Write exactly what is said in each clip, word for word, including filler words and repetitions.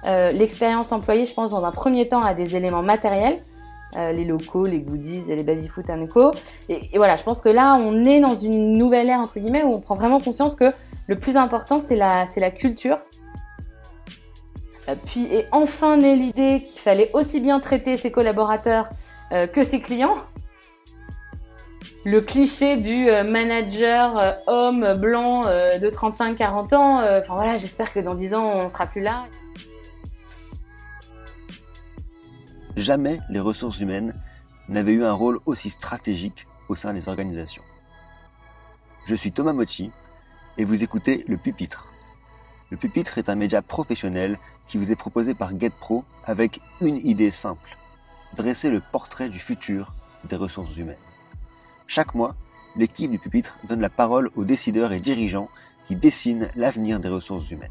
Euh, l'expérience employée, je pense, dans un premier temps, a des éléments matériels, euh, les locaux, les goodies, les baby-foot and co. Et, et voilà, je pense que là, on est dans une nouvelle ère, entre guillemets, où on prend vraiment conscience que le plus important, c'est la, c'est la culture. Euh, puis est enfin née l'idée qu'il fallait aussi bien traiter ses collaborateurs euh, que ses clients. Le cliché du euh, manager euh, homme blanc euh, de trente-cinq à quarante ans, euh, enfin voilà, j'espère que dans dix ans, on sera plus là. Jamais les ressources humaines n'avaient eu un rôle aussi stratégique au sein des organisations. Je suis Thomas Mochi et vous écoutez Le Pupitre. Le Pupitre est un média professionnel qui vous est proposé par GetPro avec une idée simple, dresser le portrait du futur des ressources humaines. Chaque mois, l'équipe du Pupitre donne la parole aux décideurs et dirigeants qui dessinent l'avenir des ressources humaines.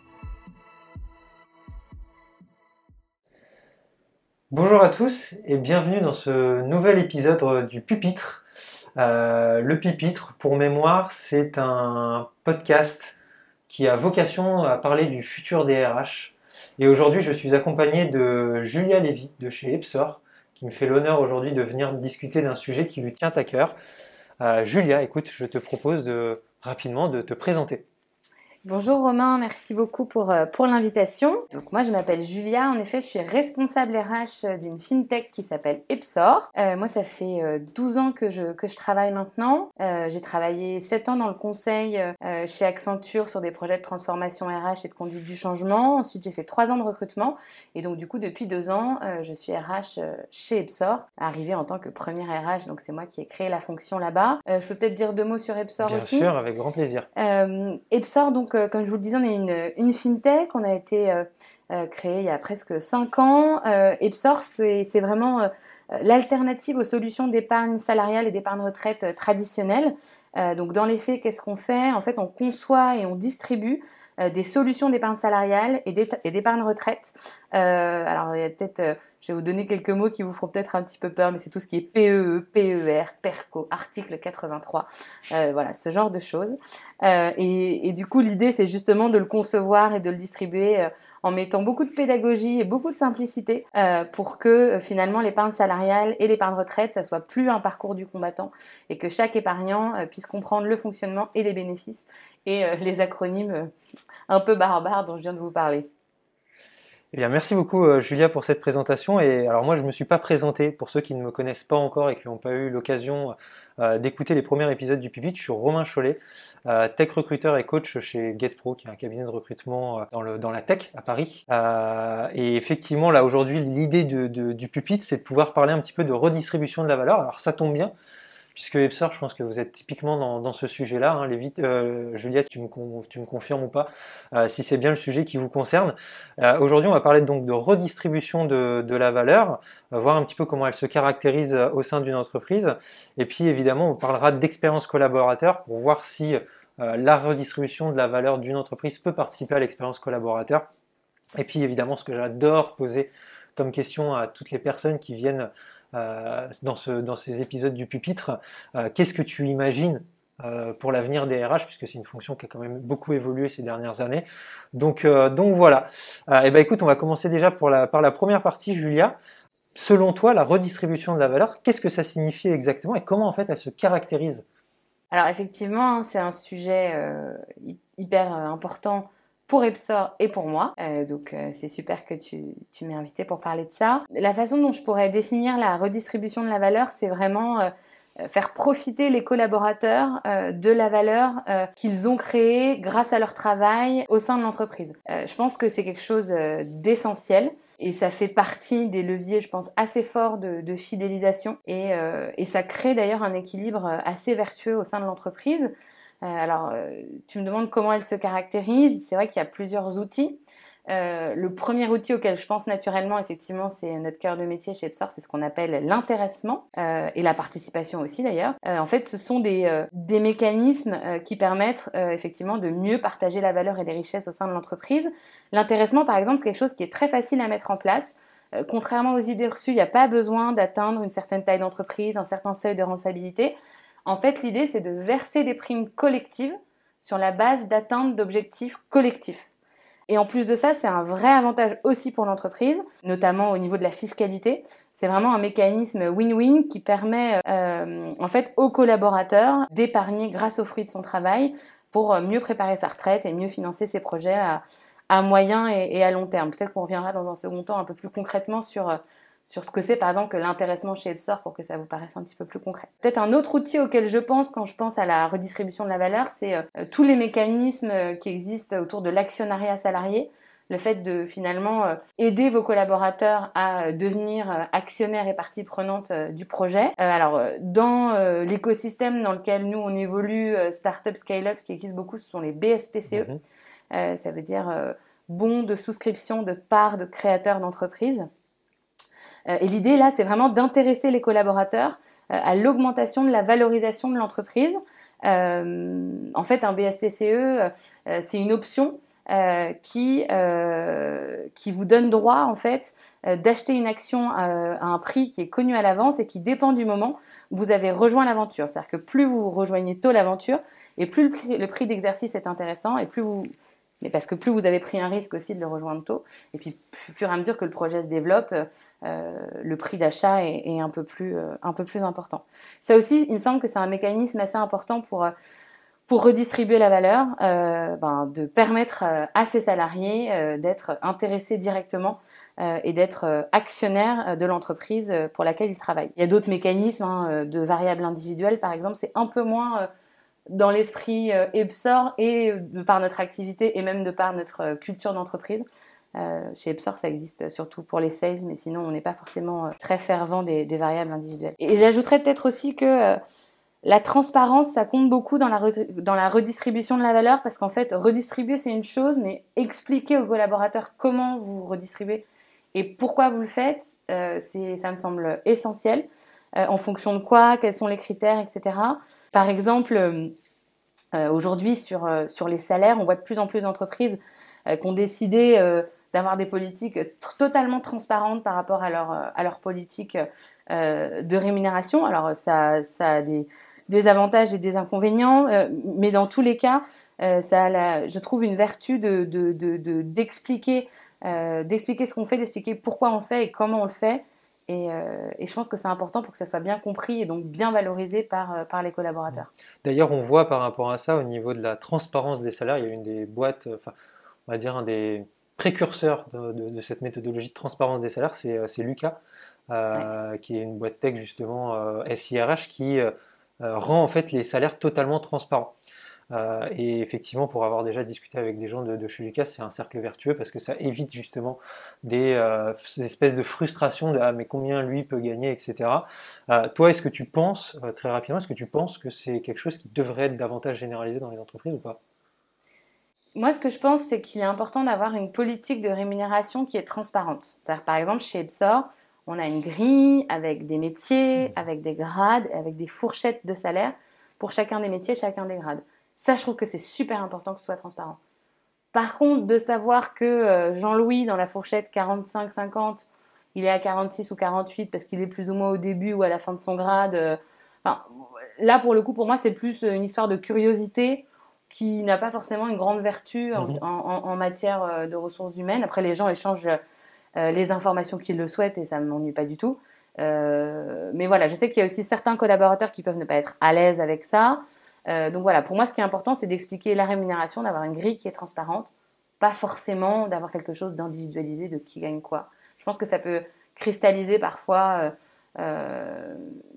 Bonjour à tous et bienvenue dans ce nouvel épisode du Pupitre. Euh, le Pupitre, pour mémoire, c'est un podcast qui a vocation à parler du futur des R H. Et aujourd'hui, je suis accompagné de Julia Lévy de chez Epsor, qui me fait l'honneur aujourd'hui de venir discuter d'un sujet qui lui tient à cœur. Euh, Julia, écoute, je te propose de, rapidement de te présenter. Bonjour Romain, merci beaucoup pour, pour l'invitation. Donc moi je m'appelle Julia, en effet je suis responsable R H d'une fintech qui s'appelle Epsor. Euh, moi ça fait douze ans que je, que je travaille maintenant. Euh, j'ai travaillé sept ans dans le conseil euh, chez Accenture sur des projets de transformation R H et de conduite du changement. Ensuite j'ai fait trois ans de recrutement et donc du coup depuis deux ans euh, je suis R H chez Epsor, arrivée en tant que première R H, donc c'est moi qui ai créé la fonction là-bas. Euh, je peux peut-être dire deux mots sur Epsor Bien aussi. Bien sûr, avec grand plaisir. Euh, Epsor donc Donc, euh, comme je vous le disais, on est une, une fintech. On a été euh, euh, créé il y a presque cinq ans. Euh, Epsor, c'est, c'est vraiment euh, l'alternative aux solutions d'épargne salariale et d'épargne retraite euh, traditionnelles. Euh, donc, dans les faits, qu'est-ce qu'on fait ? En fait, on conçoit et on distribue euh, des solutions d'épargne salariale et, et d'épargne retraite. Euh, alors, il y a peut-être, euh, je vais vous donner quelques mots qui vous feront peut-être un petit peu peur, mais c'est tout ce qui est P E E, P E R, PERCO, article quatre-vingt-trois, euh, voilà, ce genre de choses. Euh, et, et du coup, l'idée, c'est justement de le concevoir et de le distribuer euh, en mettant beaucoup de pédagogie et beaucoup de simplicité euh, pour que euh, finalement l'épargne salariale et l'épargne retraite, ça soit plus un parcours du combattant et que chaque épargnant euh, puisse comprendre le fonctionnement et les bénéfices et euh, les acronymes euh, un peu barbares dont je viens de vous parler. Eh bien, merci beaucoup euh, Julia pour cette présentation. Et alors moi, je ne me suis pas présenté pour ceux qui ne me connaissent pas encore et qui n'ont pas eu l'occasion euh, d'écouter les premiers épisodes du Pupitre. Je suis Romain Chollet, euh, tech recruteur et coach chez GetPro, qui est un cabinet de recrutement euh, dans, le, dans la tech à Paris. Euh, et effectivement, là aujourd'hui, l'idée de, de, du Pupitre, c'est de pouvoir parler un petit peu de redistribution de la valeur. Alors ça tombe bien, puisque Epsor, je pense que vous êtes typiquement dans, dans ce sujet-là. Hein. Lévi, euh, Juliette, tu me, tu me confirmes ou pas euh, si c'est bien le sujet qui vous concerne. Euh, aujourd'hui, on va parler donc de redistribution de, de la valeur, euh, voir un petit peu comment elle se caractérise au sein d'une entreprise. Et puis, évidemment, on parlera d'expérience collaborateur pour voir si euh, la redistribution de la valeur d'une entreprise peut participer à l'expérience collaborateur. Et puis, évidemment, ce que j'adore poser comme question à toutes les personnes qui viennent Euh, dans, ce, dans ces épisodes du Pupitre, euh, qu'est-ce que tu imagines euh, pour l'avenir des R H, puisque c'est une fonction qui a quand même beaucoup évolué ces dernières années. Donc, euh, donc voilà. Euh, et ben écoute, on va commencer déjà pour la, par la première partie, Julia. Selon toi, la redistribution de la valeur, qu'est-ce que ça signifie exactement et comment en fait elle se caractérise ? Alors effectivement, c'est un sujet euh, hyper important pour Epsor et pour moi. Euh, donc euh, c'est super que tu, tu m'aies invité pour parler de ça. La façon dont je pourrais définir la redistribution de la valeur, c'est vraiment euh, faire profiter les collaborateurs euh, de la valeur euh, qu'ils ont créée grâce à leur travail au sein de l'entreprise. Euh, je pense que c'est quelque chose euh, d'essentiel. Et ça fait partie des leviers, je pense, assez forts de, de fidélisation. Et, euh, et ça crée d'ailleurs un équilibre assez vertueux au sein de l'entreprise. Euh, alors, euh, tu me demandes comment elle se caractérise. C'est vrai qu'il y a plusieurs outils. Euh, le premier outil auquel je pense naturellement, effectivement, c'est notre cœur de métier chez Epsor, c'est ce qu'on appelle l'intéressement euh, et la participation aussi d'ailleurs. Euh, en fait, ce sont des, euh, des mécanismes euh, qui permettent euh, effectivement de mieux partager la valeur et les richesses au sein de l'entreprise. L'intéressement, par exemple, c'est quelque chose qui est très facile à mettre en place. Euh, contrairement aux idées reçues, il n'y a pas besoin d'atteindre une certaine taille d'entreprise, un certain seuil de rentabilité. En fait, l'idée, c'est de verser des primes collectives sur la base d'atteinte d'objectifs collectifs. Et en plus de ça, c'est un vrai avantage aussi pour l'entreprise, notamment au niveau de la fiscalité. C'est vraiment un mécanisme win-win qui permet euh, en fait aux collaborateurs d'épargner grâce aux fruits de son travail pour mieux préparer sa retraite et mieux financer ses projets à, à moyen et, et à long terme. Peut-être qu'on reviendra dans un second temps un peu plus concrètement sur, sur ce que c'est par exemple que l'intéressement chez Epsor pour que ça vous paraisse un petit peu plus concret. Peut-être un autre outil auquel je pense quand je pense à la redistribution de la valeur, c'est euh, tous les mécanismes qui existent autour de l'actionnariat salarié. Le fait de finalement euh, aider vos collaborateurs à euh, devenir euh, actionnaires et partie prenante euh, du projet. Euh, alors, euh, dans euh, l'écosystème dans lequel nous on évolue, euh, Startup Scale-up, ce qui existe beaucoup, ce sont les B S P C E. Mmh. Euh, ça veut dire euh, bons de souscription de parts de créateurs d'entreprise. Euh, et l'idée là, c'est vraiment d'intéresser les collaborateurs euh, à l'augmentation de la valorisation de l'entreprise. Euh, en fait, un B S P C E, euh, c'est une option Euh, qui euh, qui vous donne droit en fait euh, d'acheter une action euh, à un prix qui est connu à l'avance et qui dépend du moment où vous avez rejoint l'aventure. C'est-à-dire que plus vous rejoignez tôt l'aventure et plus le prix, le prix d'exercice est intéressant et plus vous mais parce que plus vous avez pris un risque aussi de le rejoindre tôt et puis au fur et à mesure que le projet se développe, euh, le prix d'achat est, est un peu plus euh, un peu plus important. Ça aussi, il me semble que c'est un mécanisme assez important pour euh, pour redistribuer la valeur, euh, ben, de permettre euh, à ses salariés euh, d'être intéressés directement euh, et d'être euh, actionnaires de l'entreprise pour laquelle ils travaillent. Il y a d'autres mécanismes hein, de variables individuelles, par exemple, c'est un peu moins euh, dans l'esprit euh, Epsor et de par notre activité et même de par notre euh, culture d'entreprise. Euh, chez Epsor, ça existe surtout pour les sales, mais sinon, on n'est pas forcément euh, très fervent des, des variables individuelles. Et, et j'ajouterais peut-être aussi que euh, la transparence, ça compte beaucoup dans la, dans la redistribution de la valeur parce qu'en fait, redistribuer, c'est une chose, mais expliquer aux collaborateurs comment vous redistribuez et pourquoi vous le faites, euh, c'est, ça me semble essentiel. Euh, en fonction de quoi, quels sont les critères, et cetera. Par exemple, euh, aujourd'hui, sur, euh, sur les salaires, on voit de plus en plus d'entreprises euh, qui ont décidé euh, d'avoir des politiques t- totalement transparentes par rapport à leur, à leur politique euh, de rémunération. Alors, ça, ça a des... des avantages et des inconvénients, euh, mais dans tous les cas, euh, ça a la, je trouve une vertu de, de, de, de, d'expliquer, euh, d'expliquer ce qu'on fait, d'expliquer pourquoi on le fait et comment on le fait. Et, euh, et je pense que c'est important pour que ça soit bien compris et donc bien valorisé par, euh, par les collaborateurs. D'ailleurs, on voit par rapport à ça, au niveau de la transparence des salaires, il y a une des boîtes, enfin, on va dire un des précurseurs de, de, de cette méthodologie de transparence des salaires, c'est, c'est Lucas, euh, ouais. qui est une boîte tech justement euh, S I R H qui euh, rend en fait les salaires totalement transparents. Euh, et effectivement, pour avoir déjà discuté avec des gens de, de chez Lucas, c'est un cercle vertueux parce que ça évite justement des, euh, des espèces de frustration de ah mais combien lui peut gagner, et cetera. Euh, toi, est-ce que tu penses euh, très rapidement, est-ce que tu penses que c'est quelque chose qui devrait être davantage généralisé dans les entreprises ou pas ? Moi, ce que je pense, c'est qu'il est important d'avoir une politique de rémunération qui est transparente. C'est-à-dire, par exemple, chez Epsor, on a une grille avec des métiers, avec des grades, avec des fourchettes de salaire pour chacun des métiers, chacun des grades. Ça, je trouve que c'est super important que ce soit transparent. Par contre, de savoir que Jean-Louis, dans la fourchette quarante-cinq cinquante, il est à quarante-six ou quarante-huit parce qu'il est plus ou moins au début ou à la fin de son grade. Enfin, là, pour le coup, pour moi, c'est plus une histoire de curiosité qui n'a pas forcément une grande vertu en, en, en matière de ressources humaines. Après, les gens échangent euh, les informations qu'ils le souhaitent et ça ne m'ennuie pas du tout. Euh, mais voilà, je sais qu'il y a aussi certains collaborateurs qui peuvent ne pas être à l'aise avec ça. Euh, donc voilà, pour moi, ce qui est important, c'est d'expliquer la rémunération, d'avoir une grille qui est transparente, pas forcément d'avoir quelque chose d'individualisé de qui gagne quoi. Je pense que ça peut cristalliser parfois euh, euh,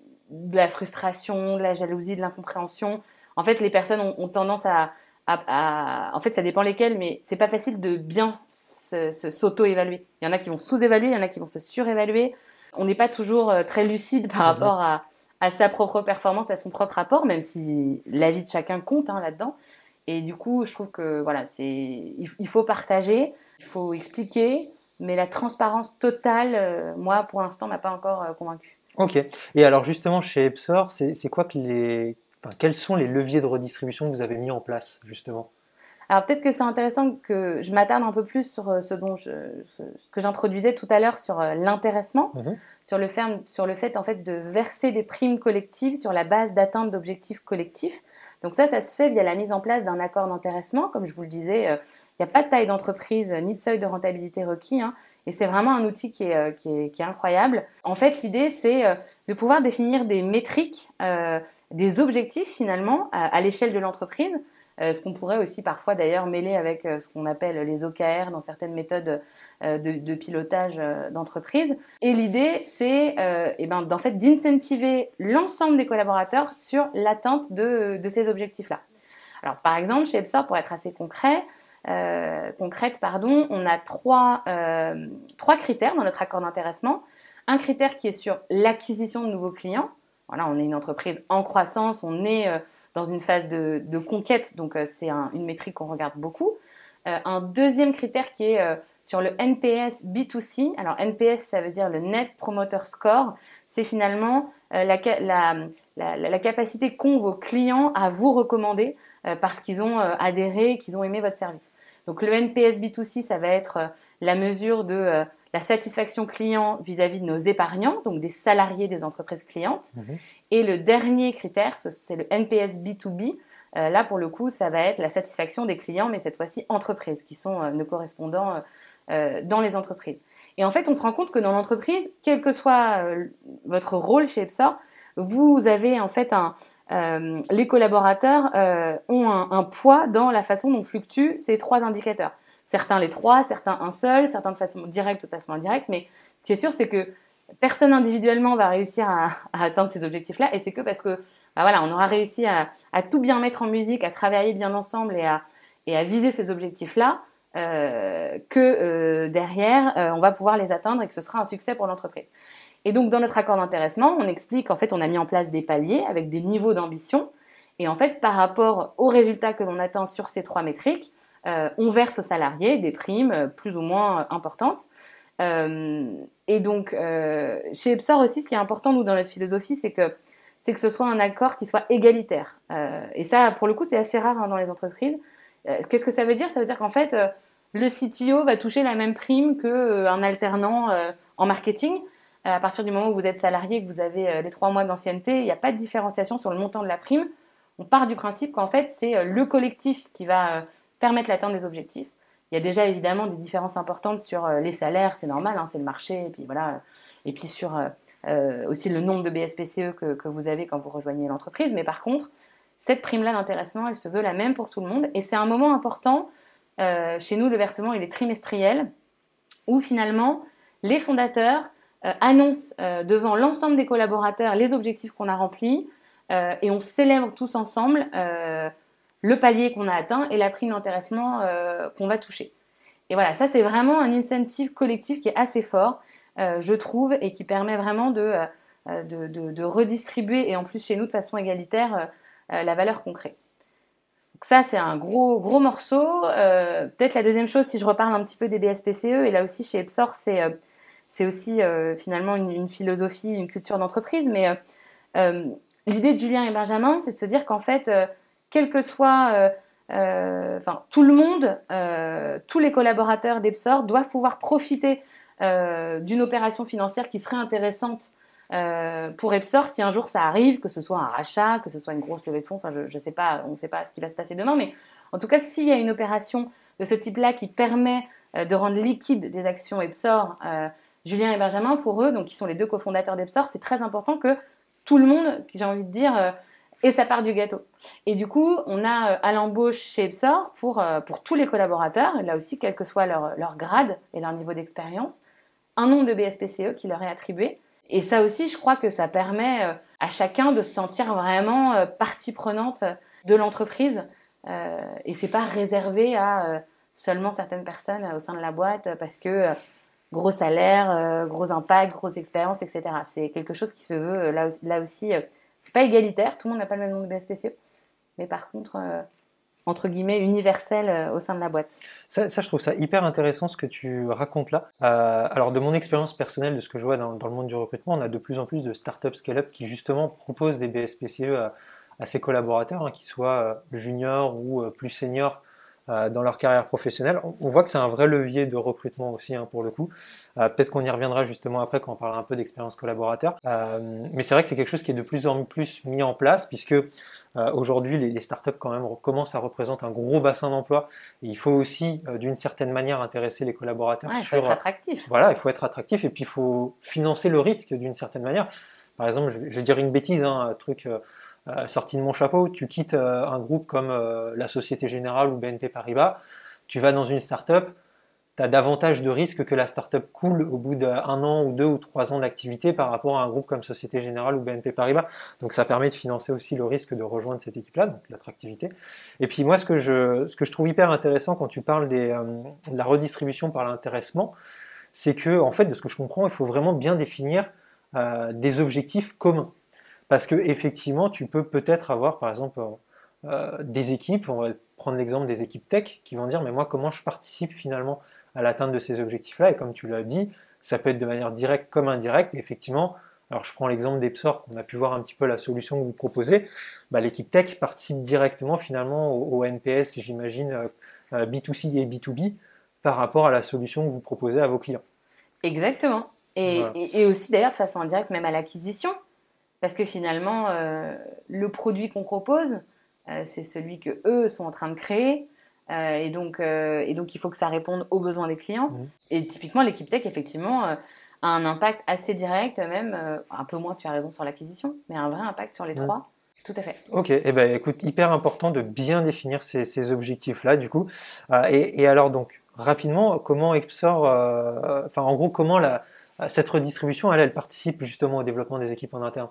de la frustration, de la jalousie, de l'incompréhension. En fait, les personnes ont, ont tendance à, à, à... En fait, ça dépend lesquelles, mais c'est pas facile de bien se, se, s'auto-évaluer. Il y en a qui vont sous-évaluer, il y en a qui vont se surévaluer. On n'est pas toujours très lucide par rapport à, à sa propre performance, à son propre rapport, même si l'avis de chacun compte hein, là-dedans. Et du coup, je trouve que voilà, c'est... il faut partager, il faut expliquer, mais la transparence totale, euh, moi, pour l'instant, m'a pas encore euh, convaincue. Ok. Et alors justement, chez Epsor, c'est, c'est quoi que les... Enfin, quels sont les leviers de redistribution que vous avez mis en place, justement ? Alors peut-être que c'est intéressant que je m'attarde un peu plus sur ce dont je, ce que j'introduisais tout à l'heure sur l'intéressement, mmh. sur le fait, sur le fait en fait de verser des primes collectives sur la base d'atteinte d'objectifs collectifs. Donc ça, ça se fait via la mise en place d'un accord d'intéressement, comme je vous le disais, Il n'y a pas de taille d'entreprise ni de seuil de rentabilité requis, hein, et c'est vraiment un outil qui est, euh, qui est, qui est incroyable. En fait, l'idée, c'est euh, de pouvoir définir des métriques, euh, des objectifs finalement à, à l'échelle de l'entreprise, euh, ce qu'on pourrait aussi parfois d'ailleurs mêler avec euh, ce qu'on appelle les O K R dans certaines méthodes euh, de, de pilotage euh, d'entreprise. Et l'idée, c'est euh, eh ben, d'en fait, d'incentiver l'ensemble des collaborateurs sur l'atteinte de, de ces objectifs-là. Alors, par exemple, chez Epsor, pour être assez concret, Euh, concrète, pardon, on a trois, euh, trois critères dans notre accord d'intéressement. Un critère qui est sur l'acquisition de nouveaux clients. Voilà, on est une entreprise en croissance, on est euh, dans une phase de, de conquête, donc euh, c'est un, une métrique qu'on regarde beaucoup. Euh, un deuxième critère qui est euh, sur le N P S B deux C. Alors N P S, ça veut dire le Net Promoter Score. C'est finalement euh, la, la, la, la capacité qu'ont vos clients à vous recommander euh, parce qu'ils ont euh, adhéré, qu'ils ont aimé votre service. Donc le N P S B deux C, ça va être euh, la mesure de euh, la satisfaction client vis-à-vis de nos épargnants, donc des salariés des entreprises clientes. Mmh. Et le dernier critère, c'est le N P S B deux B. Euh, là, pour le coup, ça va être la satisfaction des clients, mais cette fois-ci entreprises, qui sont euh, nos correspondants euh, euh, dans les entreprises. Et en fait, on se rend compte que dans l'entreprise, quel que soit euh, votre rôle chez Epsor, vous avez en fait un... Euh, les collaborateurs euh, ont un, un poids dans la façon dont fluctuent ces trois indicateurs. Certains les trois, certains un seul, certains de façon directe ou de façon indirecte, mais ce qui est sûr, c'est que personne individuellement va réussir à, à atteindre ces objectifs-là, et c'est que parce que bah voilà, on aura réussi à, à tout bien mettre en musique, à travailler bien ensemble et à, et à viser ces objectifs-là, euh, que euh, derrière, euh, on va pouvoir les atteindre et que ce sera un succès pour l'entreprise. Et donc, dans notre accord d'intéressement, on explique qu'en fait, on a mis en place des paliers avec des niveaux d'ambition. Et en fait, par rapport aux résultats que l'on atteint sur ces trois métriques, euh, on verse aux salariés des primes euh, plus ou moins euh, importantes. Euh, et donc, euh, chez Epsor aussi, ce qui est important, nous, dans notre philosophie, c'est que, c'est que ce soit un accord qui soit égalitaire. Euh, et ça, pour le coup, c'est assez rare hein, dans les entreprises. Euh, qu'est-ce que ça veut dire ? Ça veut dire qu'en fait, euh, le C T O va toucher la même prime qu'un euh, alternant euh, en marketing. À partir du moment où vous êtes salarié, que vous avez les trois mois d'ancienneté, il n'y a pas de différenciation sur le montant de la prime. On part du principe qu'en fait, c'est le collectif qui va permettre l'atteinte des objectifs. Il y a déjà évidemment des différences importantes sur les salaires, c'est normal, hein, c'est le marché, et puis voilà, et puis sur euh, aussi le nombre de B S P C E que, que vous avez quand vous rejoignez l'entreprise. Mais par contre, cette prime-là d'intéressement, elle se veut la même pour tout le monde, et c'est un moment important. Euh, chez nous, le versement, il est trimestriel, où finalement, les fondateurs Euh, annonce euh, devant l'ensemble des collaborateurs les objectifs qu'on a remplis euh, et on célèbre tous ensemble euh, le palier qu'on a atteint et la prime d'intéressement euh, qu'on va toucher. Et voilà, ça c'est vraiment un incentive collectif qui est assez fort, euh, je trouve, et qui permet vraiment de, euh, de, de, de redistribuer, et en plus chez nous de façon égalitaire, euh, la valeur qu'on crée. Donc ça, c'est un gros, gros morceau. Euh, peut-être la deuxième chose, si je reparle un petit peu des B S P C E, et là aussi chez Epsor, c'est... Euh, C'est aussi euh, finalement une, une philosophie, une culture d'entreprise. Mais euh, euh, l'idée de Julien et Benjamin, c'est de se dire qu'en fait, euh, quel que soit, euh, euh, enfin, tout le monde, euh, tous les collaborateurs d'Epsor doivent pouvoir profiter euh, d'une opération financière qui serait intéressante euh, pour Epsor si un jour ça arrive, que ce soit un rachat, que ce soit une grosse levée de fonds. Enfin, je, je sais pas, on ne sait pas ce qui va se passer demain, mais en tout cas, s'il y a une opération de ce type-là qui permet euh, de rendre liquide des actions Epsor, euh, Julien et Benjamin, pour eux, donc qui sont les deux cofondateurs d'Epsor, c'est très important que tout le monde, j'ai envie de dire, euh, ait sa part du gâteau. Et du coup, on a euh, à l'embauche chez Epsor, pour, euh, pour tous les collaborateurs, là aussi, quel que soit leur, leur grade et leur niveau d'expérience, un nombre de B S P C E qui leur est attribué. Et ça aussi, je crois que ça permet euh, à chacun de se sentir vraiment euh, partie prenante de l'entreprise. Euh, et c'est pas réservé à euh, seulement certaines personnes euh, au sein de la boîte parce que... Euh, gros salaire, euh, gros impact, grosse expérience, et cetera. C'est quelque chose qui se veut, euh, là, aussi, là aussi, euh, c'est pas égalitaire, tout le monde n'a pas le même nombre de B S P C E, mais par contre, euh, entre guillemets, universel euh, au sein de la boîte. Ça, ça, je trouve ça hyper intéressant ce que tu racontes là. Euh, alors, de mon expérience personnelle, de ce que je vois dans, dans le monde du recrutement, on a de plus en plus de startups scale-up qui justement proposent des B S P C E à, à ses collaborateurs, hein, qu'ils soient juniors ou plus seniors, euh, dans leur carrière professionnelle. On, on voit que c'est un vrai levier de recrutement aussi, hein, pour le coup. Euh, peut-être qu'on y reviendra justement après quand on parlera un peu d'expérience collaborateur. Euh, mais c'est vrai que c'est quelque chose qui est de plus en plus mis en place puisque euh, aujourd'hui les, les startups quand même commencent à représenter un gros bassin d'emploi. Et il faut aussi euh, d'une certaine manière intéresser les collaborateurs Ouais, il faut sur... être attractif. Voilà, il faut être attractif et puis il faut financer le risque d'une certaine manière. Par exemple, je, je vais dire une bêtise, hein, un truc euh, euh, sorti de mon chapeau, tu quittes euh, un groupe comme euh, la Société Générale ou B N P Paribas, tu vas dans une start-up, tu as davantage de risques que la start-up coule au bout d'un an ou deux ou trois ans d'activité par rapport à un groupe comme Société Générale ou B N P Paribas. Donc ça permet de financer aussi le risque de rejoindre cette équipe-là, donc l'attractivité. Et puis moi, ce que je, ce que je trouve hyper intéressant quand tu parles des, euh, de la redistribution par l'intéressement, c'est que, en fait, de ce que je comprends, il faut vraiment bien définir euh, des objectifs communs. Parce que effectivement, tu peux peut-être avoir, par exemple, euh, des équipes, on va prendre l'exemple des équipes tech, qui vont dire, mais moi, comment je participe finalement à l'atteinte de ces objectifs-là? Et comme tu l'as dit, ça peut être de manière directe comme indirecte. Et effectivement, alors je prends l'exemple d'Epsor, qu'on a pu voir un petit peu la solution que vous proposez. Bah, l'équipe tech participe directement finalement au, au N P S, j'imagine, euh, B deux C et B deux B, par rapport à la solution que vous proposez à vos clients. Exactement. Et, Voilà. et, et aussi d'ailleurs de façon indirecte même à l'acquisition. Parce que finalement, euh, le produit qu'on propose, euh, c'est celui que eux sont en train de créer. Euh, et, donc, euh, et donc, il faut que ça réponde aux besoins des clients. Mmh. Et typiquement, l'équipe tech, effectivement, euh, a un impact assez direct, même euh, un peu moins, tu as raison, sur l'acquisition, mais un vrai impact sur les Mmh. trois. Tout à fait. Ok, eh ben, écoute, hyper important de bien définir ces, ces objectifs-là, du coup. Euh, et, et alors, donc, rapidement, comment Epsor, euh, enfin, en gros, comment la, cette redistribution, elle, elle participe justement au développement des équipes en interne?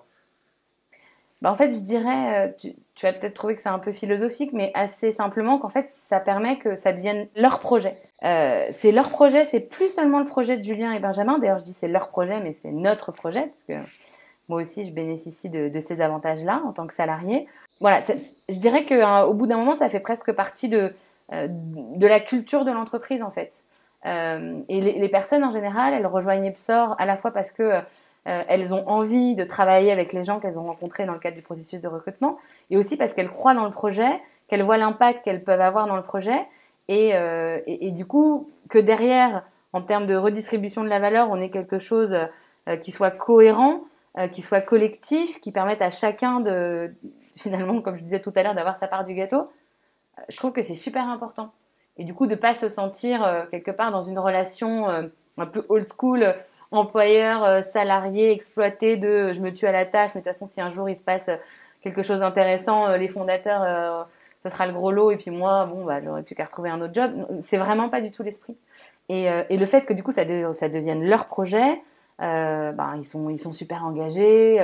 Bah, en fait, je dirais, euh, tu, tu vas peut-être trouver que c'est un peu philosophique, mais assez simplement qu'en fait, ça permet que ça devienne leur projet. Euh, c'est leur projet, c'est plus seulement le projet de Julien et Benjamin. D'ailleurs, je dis c'est leur projet, mais c'est notre projet, parce que moi aussi, je bénéficie de, de ces avantages-là en tant que salarié. Voilà, c'est, je dirais qu'au bout d'un moment, ça fait presque partie de, euh, de la culture de l'entreprise, en fait. Euh, et les, les personnes, en général, elles rejoignent Epsor à la fois parce que Euh, elles ont envie de travailler avec les gens qu'elles ont rencontrés dans le cadre du processus de recrutement, et aussi parce qu'elles croient dans le projet, qu'elles voient l'impact qu'elles peuvent avoir dans le projet, et, euh, et, et du coup, que derrière, en termes de redistribution de la valeur, on ait quelque chose euh, qui soit cohérent, euh, qui soit collectif, qui permette à chacun de, finalement, comme je disais tout à l'heure, d'avoir sa part du gâteau. Je trouve que c'est super important. Et du coup, de ne pas se sentir euh, quelque part dans une relation euh, un peu old school, employeur, euh, salarié, exploité de je me tue à la tâche, mais de toute façon, si un jour il se passe quelque chose d'intéressant, euh, les fondateurs, euh, ce sera le gros lot, et puis moi, bon, bah, j'aurais plus qu'à retrouver un autre job. C'est vraiment pas du tout l'esprit. Et, euh, et le fait que du coup, ça, de, ça devienne leur projet, euh, bah, ils, sont, ils sont super engagés,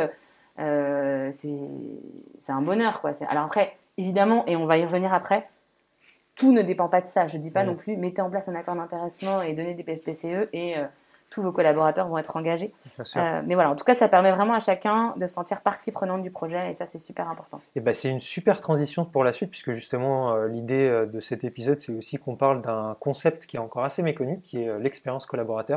euh, c'est, c'est un bonheur, quoi. C'est, alors après, évidemment, et on va y revenir après, tout ne dépend pas de ça. Je dis pas Mmh. non plus, mettez en place un accord d'intéressement et donnez des P S P C E et euh, tous vos collaborateurs vont être engagés. Euh, mais voilà, en tout cas, ça permet vraiment à chacun de se sentir partie prenante du projet, et ça, c'est super important. Et ben, c'est une super transition pour la suite, puisque justement, euh, l'idée euh, de cet épisode, c'est aussi qu'on parle d'un concept qui est encore assez méconnu, qui est euh, l'expérience collaborateur.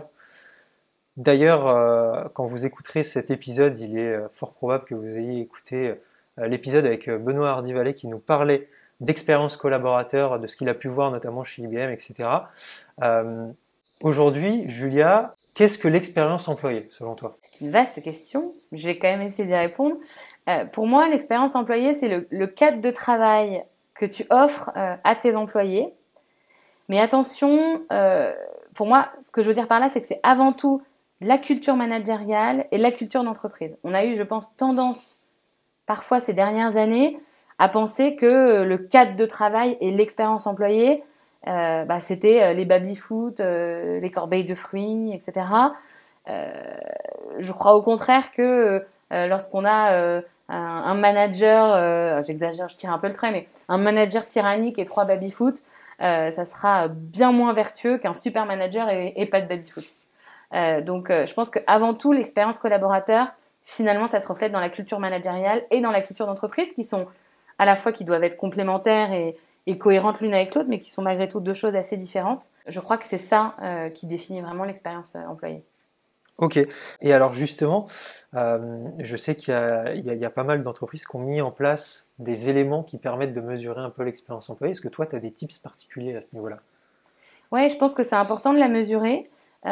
D'ailleurs, euh, quand vous écouterez cet épisode, il est euh, fort probable que vous ayez écouté euh, l'épisode avec euh, Benoît Hardy-Vallée qui nous parlait d'expérience collaborateur, de ce qu'il a pu voir notamment chez I B M, et cetera. Euh, aujourd'hui, Julia, qu'est-ce que l'expérience employée, selon toi? C'est une vaste question. Je vais quand même essayer d'y répondre. Euh, pour moi, l'expérience employée, c'est le, le cadre de travail que tu offres euh, à tes employés. Mais attention, euh, pour moi, ce que je veux dire par là, c'est que c'est avant tout la culture managériale et la culture d'entreprise. On a eu, je pense, tendance, parfois ces dernières années, à penser que le cadre de travail et l'expérience employée, euh, bah, c'était les baby-foot, euh, les corbeilles de fruits, et cetera. Euh, je crois au contraire que euh, lorsqu'on a euh, un, un manager, euh, j'exagère, je tire un peu le trait, mais un manager tyrannique et trois baby-foot, euh, ça sera bien moins vertueux qu'un super manager et, et pas de baby-foot. Euh, donc, euh, je pense qu'avant tout, l'expérience collaborateur, finalement, ça se reflète dans la culture managériale et dans la culture d'entreprise, qui sont à la fois qui doivent être complémentaires et, et cohérentes l'une avec l'autre, mais qui sont malgré tout deux choses assez différentes. Je crois que c'est ça euh, qui définit vraiment l'expérience euh, employée. Ok. Et alors justement, euh, je sais qu'il y a, il y a, il y a pas mal d'entreprises qui ont mis en place des éléments qui permettent de mesurer un peu l'expérience employée. Est-ce que toi, tu as des tips particuliers à ce niveau-là? Ouais, je pense que c'est important de la mesurer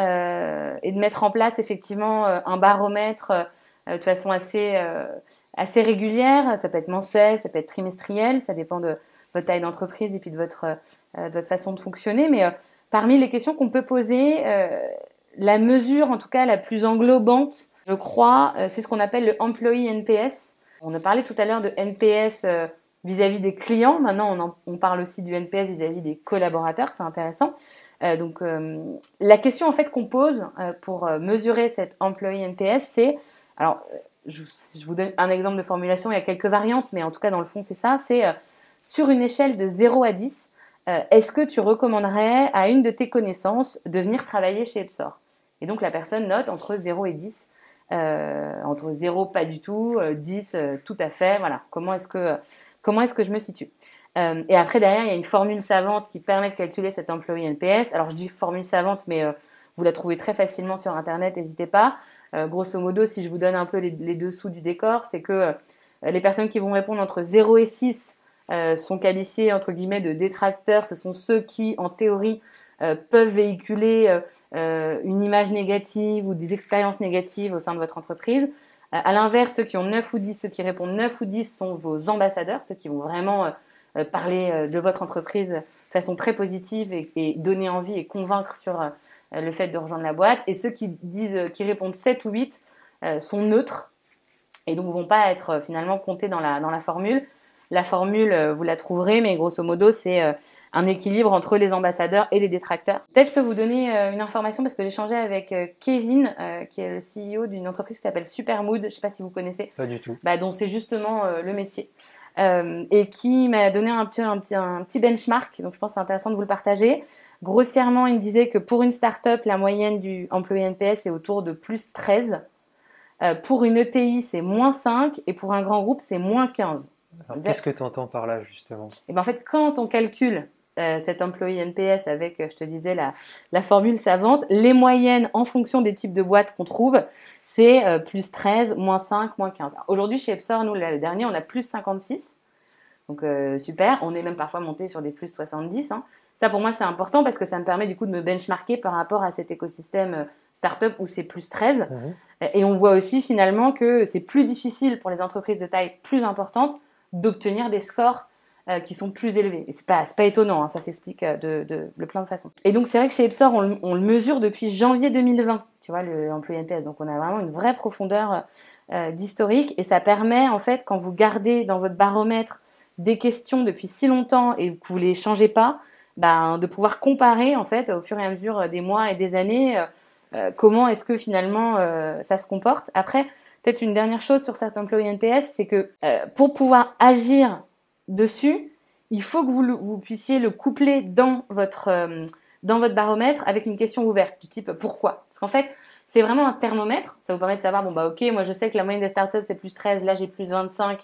euh, et de mettre en place effectivement euh, un baromètre euh, de façon assez, euh, assez régulière. Ça peut être mensuel, ça peut être trimestriel, ça dépend de votre taille d'entreprise et puis de votre, euh, de votre façon de fonctionner. Mais euh, parmi les questions qu'on peut poser, euh, la mesure en tout cas la plus englobante, je crois, euh, c'est ce qu'on appelle le Employee N P S. On a parlé tout à l'heure de N P S euh, vis-à-vis des clients. Maintenant, on, en, on parle aussi du N P S vis-à-vis des collaborateurs. C'est intéressant. Euh, donc, euh, la question en fait qu'on pose euh, pour euh, mesurer cette Employee N P S, c'est, alors, je, je vous donne un exemple de formulation. Il y a quelques variantes, mais en tout cas, dans le fond, c'est ça. C'est euh, sur une échelle de zéro à dix, euh, est-ce que tu recommanderais à une de tes connaissances de venir travailler chez Epsor? Et donc, la personne note entre zéro et dix. Euh, entre zéro, pas du tout, euh, dix, euh, tout à fait. Voilà. Comment est-ce que, euh, comment est-ce que je me situe? euh, Et après, derrière, il y a une formule savante qui permet de calculer cet employé N P S. Alors, je dis formule savante, mais euh, vous la trouvez très facilement sur Internet, n'hésitez pas. Euh, grosso modo, si je vous donne un peu les, les dessous du décor, c'est que euh, les personnes qui vont répondre entre zéro et six euh, sont qualifiées, entre guillemets, de détracteurs. Ce sont ceux qui, en théorie, Euh, peuvent véhiculer euh, une image négative ou des expériences négatives au sein de votre entreprise. Euh, à l'inverse, ceux qui ont neuf ou dix, ceux qui répondent neuf ou dix sont vos ambassadeurs, ceux qui vont vraiment euh, parler euh, de votre entreprise de façon très positive et, et donner envie et convaincre sur euh, le fait de rejoindre la boîte. Et ceux qui, disent, qui répondent sept ou huit euh, sont neutres et donc ne vont pas être euh, finalement comptés dans la, dans la formule. La formule, vous la trouverez, mais grosso modo, c'est un équilibre entre les ambassadeurs et les détracteurs. Peut-être je peux vous donner une information parce que j'ai échangé avec Kevin, qui est le C E O d'une entreprise qui s'appelle Supermood. Je ne sais pas si vous connaissez. Pas du tout. Bah, dont c'est justement le métier. Euh, et qui m'a donné un petit, un, petit, un petit benchmark. Donc, je pense que c'est intéressant de vous le partager. Grossièrement, il me disait que pour une start-up, la moyenne du employé N P S est autour de plus treize. Euh, pour une E T I, c'est moins cinq. Et pour un grand groupe, c'est moins quinze. Alors, qu'est-ce que tu entends par là, justement? Et ben en fait, quand on calcule euh, cet employé N P S avec, euh, je te disais, la, la formule savante, les moyennes en fonction des types de boîtes qu'on trouve, c'est euh, plus treize, moins cinq, moins quinze. Alors, aujourd'hui, chez Epsor, nous, l'année dernière, on a plus cinquante-six. Donc, euh, super. On est même parfois monté sur des plus soixante-dix. Hein. Ça, pour moi, c'est important parce que ça me permet du coup de me benchmarker par rapport à cet écosystème euh, startup où c'est plus treize. Mmh. Et on voit aussi finalement que c'est plus difficile pour les entreprises de taille plus importante d'obtenir des scores euh, qui sont plus élevés. Et c'est pas, c'est pas étonnant, hein, ça s'explique de, de, de plein de façons. Et donc, c'est vrai que chez Epsor, on, on le mesure depuis janvier deux mille vingt, tu vois, le employé N P S. Donc, on a vraiment une vraie profondeur euh, d'historique. Et ça permet, en fait, quand vous gardez dans votre baromètre des questions depuis si longtemps et que vous les changez pas, ben, de pouvoir comparer, en fait, au fur et à mesure des mois et des années, euh, euh, comment est-ce que, finalement, euh, ça se comporte. Après, peut-être une dernière chose sur cet employé N P S, c'est que euh, pour pouvoir agir dessus, il faut que vous, vous puissiez le coupler dans votre, euh, dans votre baromètre avec une question ouverte du type « pourquoi ?» Parce qu'en fait, c'est vraiment un thermomètre. Ça vous permet de savoir, bon bah ok, moi je sais que la moyenne des startups c'est plus treize, là j'ai plus vingt-cinq,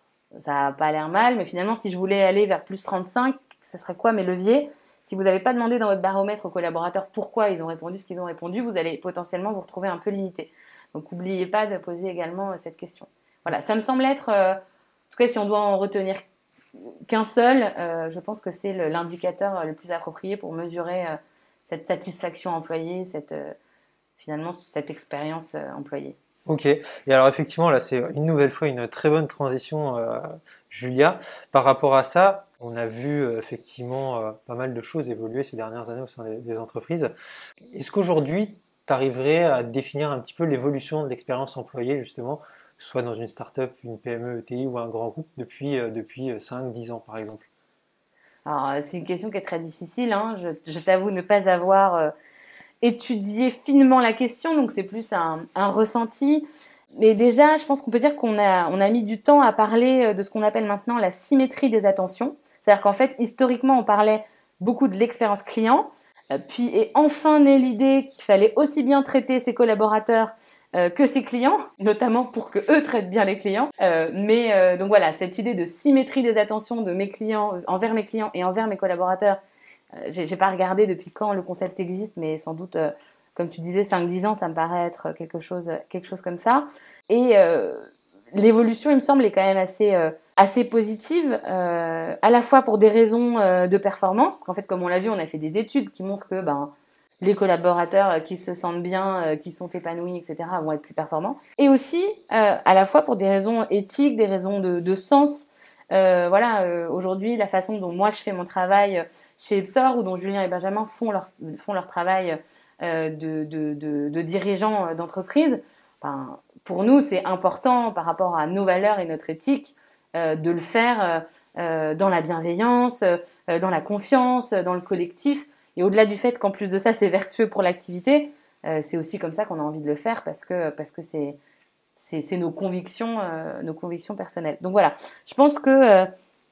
ça n'a pas l'air mal, mais finalement si je voulais aller vers plus trente-cinq, ce serait quoi mes leviers? Si vous n'avez pas demandé dans votre baromètre aux collaborateurs pourquoi ils ont répondu ce qu'ils ont répondu, vous allez potentiellement vous retrouver un peu limité. Donc, n'oubliez pas de poser également euh, cette question. Voilà, ça me semble être, euh, en tout cas, si on doit en retenir qu'un seul, euh, je pense que c'est le, l'indicateur le plus approprié pour mesurer euh, cette satisfaction employée, cette, euh, finalement, cette expérience euh, employée. Ok, et alors effectivement, là, c'est une nouvelle fois une très bonne transition, euh, Julia. Par rapport à ça, on a vu euh, effectivement euh, pas mal de choses évoluer ces dernières années au sein des, des entreprises. Est-ce qu'aujourd'hui, tu arriverais à définir un petit peu l'évolution de l'expérience employée, justement, que ce soit dans une start-up, une P M E, E T I ou un grand groupe, depuis, euh, depuis cinq dix ans, par exemple? Alors, c'est une question qui est très difficile. Hein. Je, je t'avoue ne pas avoir euh, étudié finement la question, donc c'est plus un, un ressenti. Mais déjà, je pense qu'on peut dire qu'on a, on a mis du temps à parler de ce qu'on appelle maintenant la symétrie des attentions. C'est-à-dire qu'en fait, historiquement, on parlait beaucoup de l'expérience client. Puis est enfin née l'idée qu'il fallait aussi bien traiter ses collaborateurs euh, que ses clients, notamment pour que eux traitent bien les clients. Euh, mais euh, donc voilà, cette idée de symétrie des attentions de mes clients envers mes clients et envers mes collaborateurs, euh, j'ai, j'ai pas regardé depuis quand le concept existe, mais sans doute euh, comme tu disais, cinq dix ans, ça me paraît être quelque chose, quelque chose comme ça. Et euh, l'évolution, il me semble, est quand même assez, euh, assez positive, euh, à la fois pour des raisons euh, de performance, parce qu'en fait, comme on l'a vu, on a fait des études qui montrent que ben, les collaborateurs qui se sentent bien, euh, qui sont épanouis, et cetera, vont être plus performants. Et aussi, euh, à la fois pour des raisons éthiques, des raisons de, de sens. Euh, voilà, euh, aujourd'hui, la façon dont moi je fais mon travail chez Epsor, ou dont Julien et Benjamin font leur, font leur travail euh, de, de, de, de dirigeants d'entreprise, ben, pour nous, c'est important par rapport à nos valeurs et notre éthique euh, de le faire euh, dans la bienveillance, euh, dans la confiance, dans le collectif. Et au-delà du fait qu'en plus de ça, c'est vertueux pour l'activité, euh, c'est aussi comme ça qu'on a envie de le faire parce que, parce que c'est, c'est, c'est nos convictions, euh, nos convictions personnelles. Donc voilà, je pense que euh,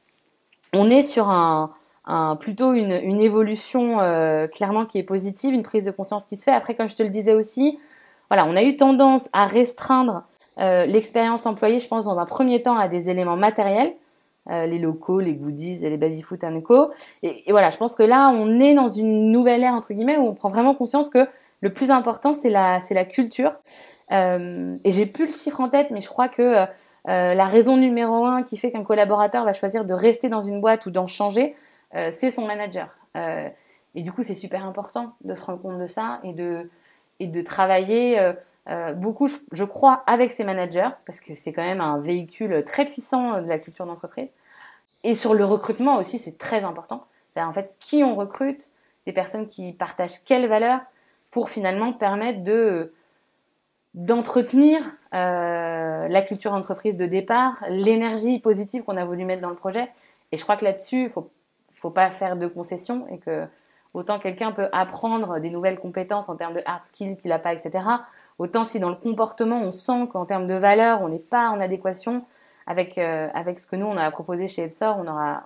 on est sur un, un, plutôt une, une évolution euh, clairement qui est positive, une prise de conscience qui se fait. Après, comme je te le disais aussi, voilà, on a eu tendance à restreindre euh, l'expérience employée, je pense, dans un premier temps à des éléments matériels, euh, les locaux, les goodies, les baby-foot and co. Et, et voilà, je pense que là, on est dans une nouvelle ère, entre guillemets, où on prend vraiment conscience que le plus important, c'est la, c'est la culture. Euh, et j'ai plus le chiffre en tête, mais je crois que euh, la raison numéro un qui fait qu'un collaborateur va choisir de rester dans une boîte ou d'en changer, euh, c'est son manager. Euh, et du coup, c'est super important de se rendre compte de ça et de... et de travailler euh, euh, beaucoup, je, je crois, avec ses managers, parce que c'est quand même un véhicule très puissant de la culture d'entreprise. Et sur le recrutement aussi, c'est très important. C'est-à-dire, en fait, qui on recrute, des personnes qui partagent quelles valeurs, pour finalement permettre de, d'entretenir euh, la culture d'entreprise de départ, l'énergie positive qu'on a voulu mettre dans le projet. Et je crois que là-dessus, il ne faut, faut pas faire de concessions et que autant quelqu'un peut apprendre des nouvelles compétences en termes de hard skills qu'il n'a pas, et cetera. Autant si dans le comportement, on sent qu'en termes de valeur, on n'est pas en adéquation avec, euh, avec ce que nous, on a proposé chez Epsor, on aura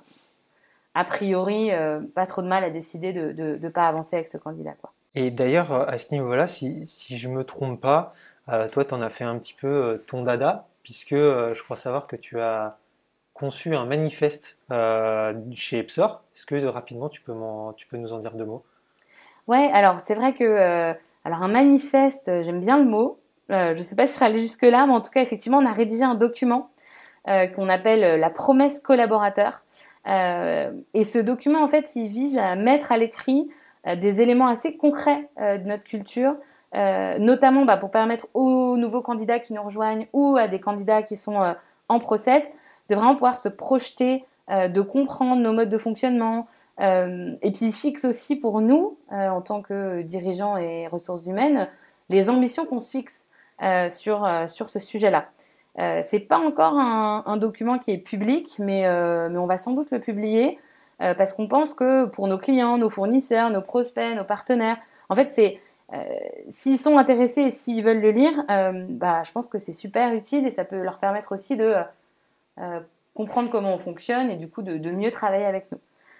a priori euh, pas trop de mal à décider de ne de, de pas avancer avec ce candidat, quoi. Et d'ailleurs, à ce niveau-là, si, si je ne me trompe pas, euh, toi, tu en as fait un petit peu euh, ton dada, puisque euh, je crois savoir que tu as conçu un manifeste euh, chez Epsor. Est-ce que rapidement tu peux, m'en, tu peux nous en dire deux mots? Ouais, alors c'est vrai que euh, alors un manifeste, j'aime bien le mot. Euh, je ne sais pas si je serais allée jusque-là, mais en tout cas, effectivement, on a rédigé un document euh, qu'on appelle la promesse collaborateur. Euh, et ce document, en fait, il vise à mettre à l'écrit euh, des éléments assez concrets euh, de notre culture, euh, notamment bah, pour permettre aux nouveaux candidats qui nous rejoignent ou à des candidats qui sont euh, en process de vraiment pouvoir se projeter, euh, de comprendre nos modes de fonctionnement. Euh, et puis il fixe aussi pour nous, euh, en tant que dirigeants et ressources humaines, les ambitions qu'on se fixe euh, sur, euh, sur ce sujet-là. Euh, c'est pas encore un, un document qui est public, mais, euh, mais on va sans doute le publier euh, parce qu'on pense que pour nos clients, nos fournisseurs, nos prospects, nos partenaires, en fait, c'est euh, s'ils sont intéressés et s'ils veulent le lire, euh, bah, je pense que c'est super utile et ça peut leur permettre aussi de euh, comprendre comment on fonctionne et du coup de, de mieux travailler avec nous.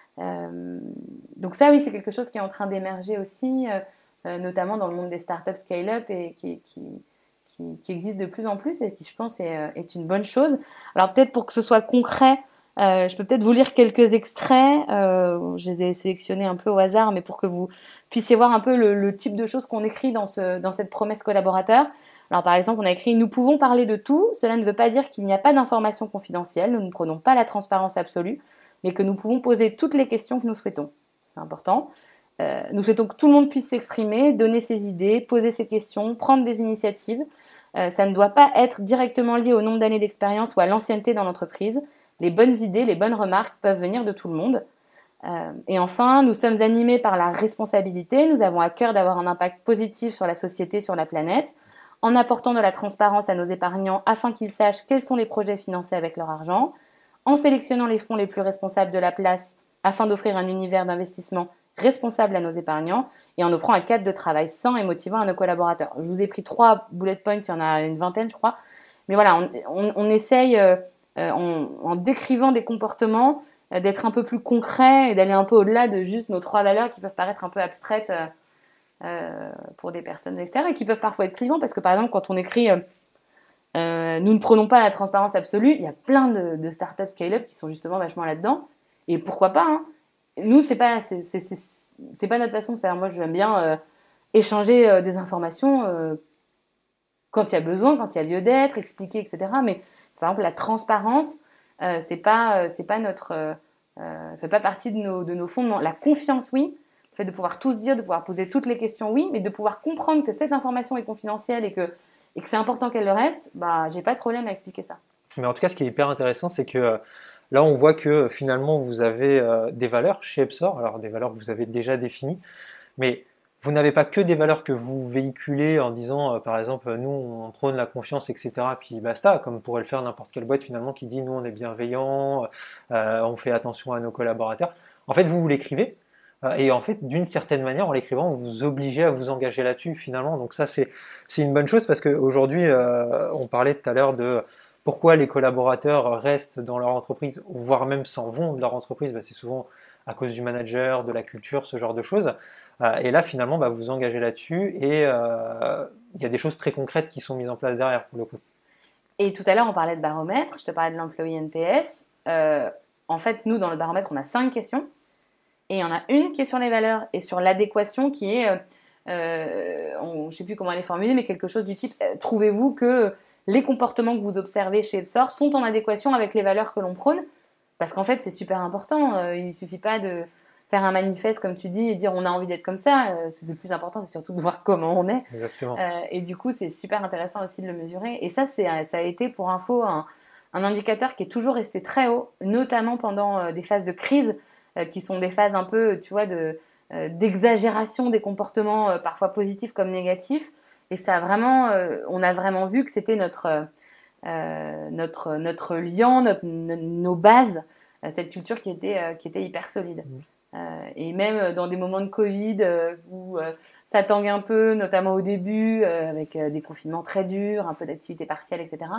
Euh, donc ça, oui, c'est quelque chose qui est en train d'émerger aussi, euh, notamment dans le monde des startups scale-up et qui, qui, qui, qui existe de plus en plus et qui, je pense, est, est une bonne chose. Alors peut-être pour que ce soit concret, euh, je peux peut-être vous lire quelques extraits. Euh, je les ai sélectionnés un peu au hasard, mais pour que vous puissiez voir un peu le, le type de choses qu'on écrit dans, ce, dans cette promesse collaborateur. Alors par exemple, on a écrit « Nous pouvons parler de tout. Cela ne veut pas dire qu'il n'y a pas d'informations confidentielles. Nous ne prenons pas la transparence absolue, mais que nous pouvons poser toutes les questions que nous souhaitons. » C'est important. Euh, nous souhaitons que tout le monde puisse s'exprimer, donner ses idées, poser ses questions, prendre des initiatives. Euh, ça ne doit pas être directement lié au nombre d'années d'expérience ou à l'ancienneté dans l'entreprise. Les bonnes idées, les bonnes remarques peuvent venir de tout le monde. Euh, et enfin, nous sommes animés par la responsabilité. Nous avons à cœur d'avoir un impact positif sur la société, sur la planète, en apportant de la transparence à nos épargnants afin qu'ils sachent quels sont les projets financés avec leur argent, en sélectionnant les fonds les plus responsables de la place afin d'offrir un univers d'investissement responsable à nos épargnants et en offrant un cadre de travail sain et motivant à nos collaborateurs. Je vous ai pris trois bullet points, il y en a une vingtaine je crois, mais voilà, on, on, on essaye euh, en, en décrivant des comportements euh, d'être un peu plus concret et d'aller un peu au-delà de juste nos trois valeurs qui peuvent paraître un peu abstraites euh, euh, pour des personnes de l'extérieur et qui peuvent parfois être clivants parce que par exemple quand on écrit euh, Euh, nous ne prenons pas la transparence absolue. Il y a plein de, de startups scale-up qui sont justement vachement là-dedans. Et pourquoi pas, hein. Nous, c'est pas, c'est, c'est, c'est, c'est pas notre façon de faire. Moi, j'aime bien euh, échanger euh, des informations euh, quand il y a besoin, quand il y a lieu d'être, expliquer, et cetera. Mais par exemple, la transparence, euh, c'est pas, euh, c'est pas notre, euh, euh, fait pas partie de nos, de nos fondements. La confiance, oui. Le fait de pouvoir tout se dire, de pouvoir poser toutes les questions, oui. Mais de pouvoir comprendre que cette information est confidentielle et que, et que c'est important qu'elle le reste, bah, j'ai pas de problème à expliquer ça. Mais en tout cas, ce qui est hyper intéressant, c'est que euh, là, on voit que finalement, vous avez euh, des valeurs chez Epsor, alors des valeurs que vous avez déjà définies, mais vous n'avez pas que des valeurs que vous véhiculez en disant, euh, par exemple, nous, on prône la confiance, et cetera, puis basta, comme pourrait le faire n'importe quelle boîte finalement qui dit, nous, on est bienveillant, euh, on fait attention à nos collaborateurs. En fait, vous, vous l'écrivez, euh, et en fait, d'une certaine manière, en l'écrivant, vous vous obligez à vous engager là-dessus, finalement. Donc ça, c'est c'est une bonne chose, parce qu'aujourd'hui, euh, on parlait tout à l'heure de pourquoi les collaborateurs restent dans leur entreprise, voire même s'en vont de leur entreprise. Bah, c'est souvent à cause du manager, de la culture, ce genre de choses. Euh, et là, finalement, bah, vous vous engagez là-dessus et euh, il y a des choses très concrètes qui sont mises en place derrière, pour le coup. Et tout à l'heure, on parlait de baromètre, je te parlais de l'employé N P S. Euh, en fait, nous, dans le baromètre, on a cinq questions. Et il y en a une qui est sur les valeurs et sur l'adéquation qui est, euh, on, je ne sais plus comment elle est formulée, mais quelque chose du type, euh, trouvez-vous que les comportements que vous observez chez Epsor sont en adéquation avec les valeurs que l'on prône? Parce qu'en fait, c'est super important. Euh, il ne suffit pas de faire un manifeste, comme tu dis, et dire on a envie d'être comme ça. Euh, c'est le plus important, c'est surtout de voir comment on est. Exactement. Euh, et du coup, c'est super intéressant aussi de le mesurer. Et ça, c'est, ça a été pour info un, un indicateur qui est toujours resté très haut, notamment pendant euh, des phases de crise, euh, qui sont des phases un peu, tu vois, de, euh, d'exagération des comportements, euh, parfois positifs comme négatifs. Et ça a vraiment, euh, on a vraiment vu que c'était notre, euh, notre, notre lien, notre, nos bases, euh, cette culture qui était, euh, qui était hyper solide. Mmh. Euh, et même dans des moments de Covid euh, où euh, ça tangue un peu, notamment au début, euh, avec euh, des confinements très durs, un peu d'activité partielle, et cetera.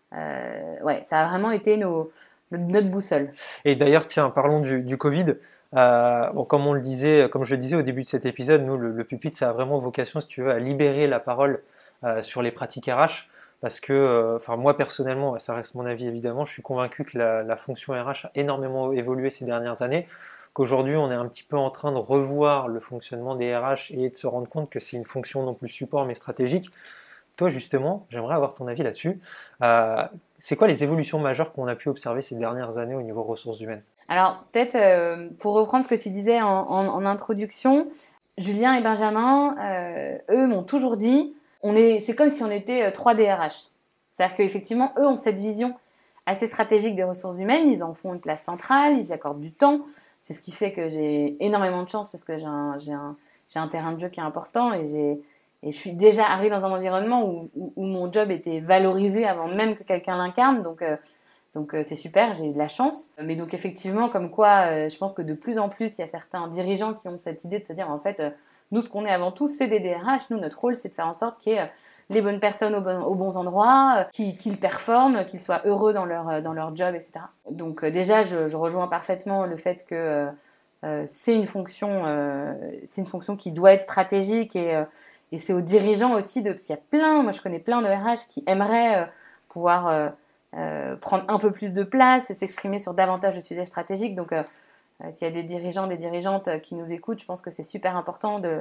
Euh, ouais, ça a vraiment été nos, notre, notre boussole. Et d'ailleurs, tiens, parlons du, du Covid. Euh, bon, comme on le disait, comme je le disais au début de cet épisode, nous, le, le pupitre, ça a vraiment vocation, si tu veux, à libérer la parole euh, sur les pratiques R H, parce que, enfin, euh, moi personnellement, ça reste mon avis évidemment, je suis convaincu que la, la fonction R H a énormément évolué ces dernières années, qu'aujourd'hui, on est un petit peu en train de revoir le fonctionnement des R H et de se rendre compte que c'est une fonction non plus support mais stratégique. Toi, justement, j'aimerais avoir ton avis là-dessus. Euh, c'est quoi les évolutions majeures qu'on a pu observer ces dernières années au niveau ressources humaines? Alors, peut-être, euh, pour reprendre ce que tu disais en, en, en introduction, Julien et Benjamin, euh, eux, m'ont toujours dit, on est, c'est comme si on était trois D R H. C'est-à-dire qu'effectivement, eux ont cette vision assez stratégique des ressources humaines, ils en font une place centrale, ils y accordent du temps. C'est ce qui fait que j'ai énormément de chance parce que j'ai un, j'ai un, j'ai un terrain de jeu qui est important et j'ai... Et je suis déjà arrivée dans un environnement où, où, où mon job était valorisé avant même que quelqu'un l'incarne. Donc, euh, donc euh, c'est super, j'ai eu de la chance. Mais donc effectivement, comme quoi, euh, je pense que de plus en plus, il y a certains dirigeants qui ont cette idée de se dire, en fait, euh, nous, ce qu'on est avant tout, c'est des D R H. Nous, notre rôle, c'est de faire en sorte qu'il y ait euh, les bonnes personnes aux, bon, aux bons endroits, euh, qu'ils, qu'ils performent, qu'ils soient heureux dans leur, euh, dans leur job, et cetera. Donc euh, déjà, je, je rejoins parfaitement le fait que euh, euh, c'est une fonction, euh, c'est une fonction qui doit être stratégique et... Euh, Et c'est aux dirigeants aussi, de, parce qu'il y a plein, moi je connais plein de R H qui aimeraient euh, pouvoir euh, euh, prendre un peu plus de place et s'exprimer sur davantage de sujets stratégiques. Donc euh, euh, s'il y a des dirigeants, des dirigeantes qui nous écoutent, je pense que c'est super important de,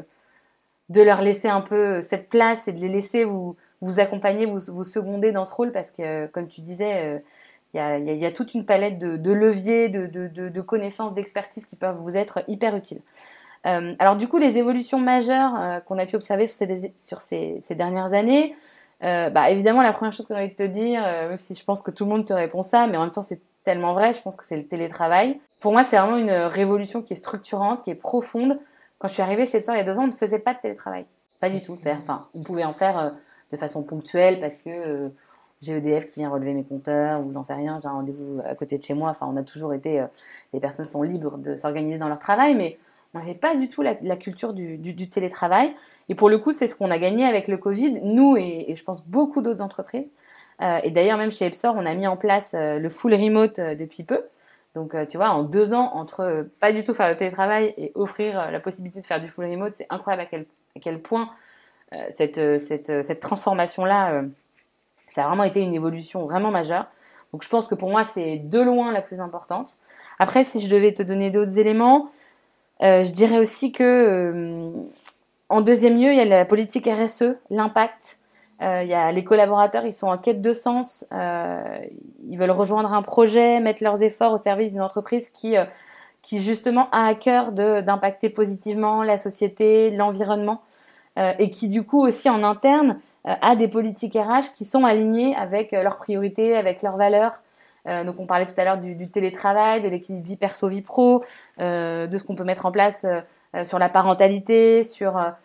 de leur laisser un peu cette place et de les laisser vous, vous accompagner, vous, vous seconder dans ce rôle parce que, comme tu disais, il euh, y, y, y a toute une palette de, de leviers, de, de, de, de connaissances, d'expertise qui peuvent vous être hyper utiles. Euh, alors du coup, les évolutions majeures euh, qu'on a pu observer sur ces, sur ces, ces dernières années, euh, bah, évidemment, la première chose que j'ai envie de te dire, euh, même si je pense que tout le monde te répond ça, mais en même temps, c'est tellement vrai, je pense que c'est le télétravail. Pour moi, c'est vraiment une révolution qui est structurante, qui est profonde. Quand je suis arrivée chez Epsor il y a deux ans, on ne faisait pas de télétravail. Pas du tout. C'est-à-dire, enfin, on pouvait en faire euh, de façon ponctuelle parce que euh, j'ai E D F qui vient relever mes compteurs ou j'en sais rien, j'ai un rendez-vous à côté de chez moi. Enfin, on a toujours été... Euh, les personnes sont libres de s'organiser dans leur travail, mais on n'avait pas du tout la, la culture du, du, du télétravail. Et pour le coup, c'est ce qu'on a gagné avec le Covid, nous et, et je pense beaucoup d'autres entreprises. Euh, et d'ailleurs, même chez Epsor, on a mis en place euh, le full remote euh, depuis peu. Donc, euh, tu vois, en deux ans, entre euh, pas du tout faire le télétravail et offrir euh, la possibilité de faire du full remote, c'est incroyable à quel, à quel point euh, cette, euh, cette, euh, cette transformation-là, euh, ça a vraiment été une évolution vraiment majeure. Donc, je pense que pour moi, c'est de loin la plus importante. Après, si je devais te donner d'autres éléments, Euh, je dirais aussi que euh, En deuxième lieu, il y a la politique R S E, l'impact. Euh, il y a les collaborateurs, ils sont en quête de sens, euh, ils veulent rejoindre un projet, mettre leurs efforts au service d'une entreprise qui, euh, qui justement a à cœur de, d'impacter positivement la société, l'environnement, euh, et qui du coup aussi en interne euh, a des politiques R H qui sont alignées avec euh, leurs priorités, avec leurs valeurs. Euh, donc on parlait tout à l'heure du, du télétravail, de l'équilibre vie perso-vie pro, euh, de ce qu'on peut mettre en place euh, euh, sur la parentalité, sur euh,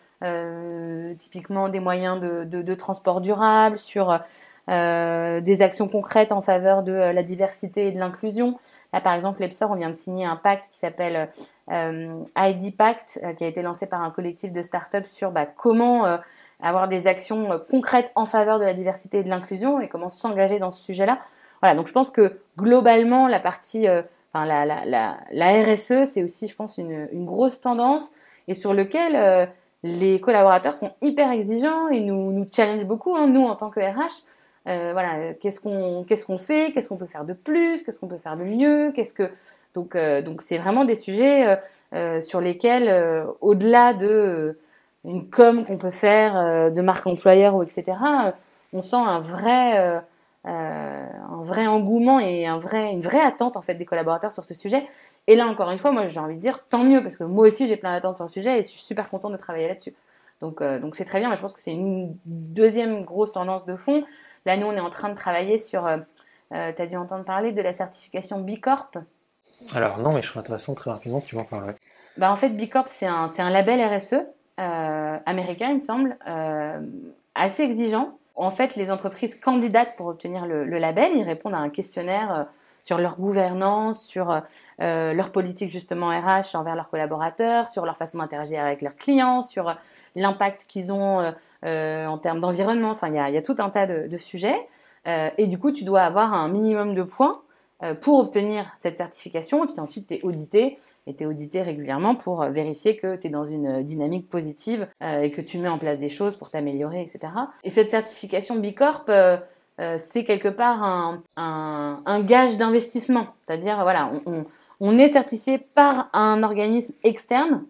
Euh, typiquement des moyens de, de, de transport durable, sur euh, des actions concrètes en faveur de euh, la diversité et de l'inclusion. Là, par exemple, l'Epsor, on vient de signer un pacte qui s'appelle euh, I D Pact, euh, qui a été lancé par un collectif de startups sur bah, comment euh, avoir des actions euh, concrètes en faveur de la diversité et de l'inclusion et comment s'engager dans ce sujet-là. Voilà, donc je pense que globalement, la partie, euh, enfin la, la, la, la R S E, c'est aussi, je pense, une, une grosse tendance et sur lequel euh, les collaborateurs sont hyper exigeants et nous, nous challengent beaucoup, hein, nous en tant que R H. Euh, voilà, qu'est-ce qu'on, qu'est-ce qu'on fait, qu'est-ce qu'on peut faire de plus, qu'est-ce qu'on peut faire de mieux, qu'est-ce que donc euh, donc c'est vraiment des sujets euh, euh, sur lesquels, euh, au-delà de euh, une com qu'on peut faire euh, de marque employeur ou et cetera, euh, on sent un vrai euh, euh, un vrai engouement et un vrai une vraie attente en fait des collaborateurs sur ce sujet. Et là, encore une fois, moi, j'ai envie de dire tant mieux, parce que moi aussi, j'ai plein d'attentes sur le sujet et je suis super contente de travailler là-dessus. Donc, euh, donc c'est très bien, mais je pense que c'est une deuxième grosse tendance de fond. Là, nous, on est en train de travailler sur, euh, euh, tu as dû entendre parler de la certification B Corp. Alors non, mais je serais intéressant très rapidement que tu m'en parles. Bah, en fait, B Corp, c'est un, c'est un label R S E euh, américain, il me semble, euh, assez exigeant. En fait, les entreprises candidatent pour obtenir le, le label, ils répondent à un questionnaire euh, sur leur gouvernance, sur euh, leur politique justement R H envers leurs collaborateurs, sur leur façon d'interagir avec leurs clients, sur l'impact qu'ils ont euh, euh, en termes d'environnement. Enfin, il y a, y a tout un tas de, de sujets. Euh, et du coup, tu dois avoir un minimum de points euh, pour obtenir cette certification. Et puis ensuite, tu es audité. Et tu es audité régulièrement pour vérifier que tu es dans une dynamique positive euh, et que tu mets en place des choses pour t'améliorer, et cetera. Et cette certification B Corp... Euh, Euh, c'est quelque part un, un, un gage d'investissement. C'est-à-dire, voilà, on, on, on est certifié par un organisme externe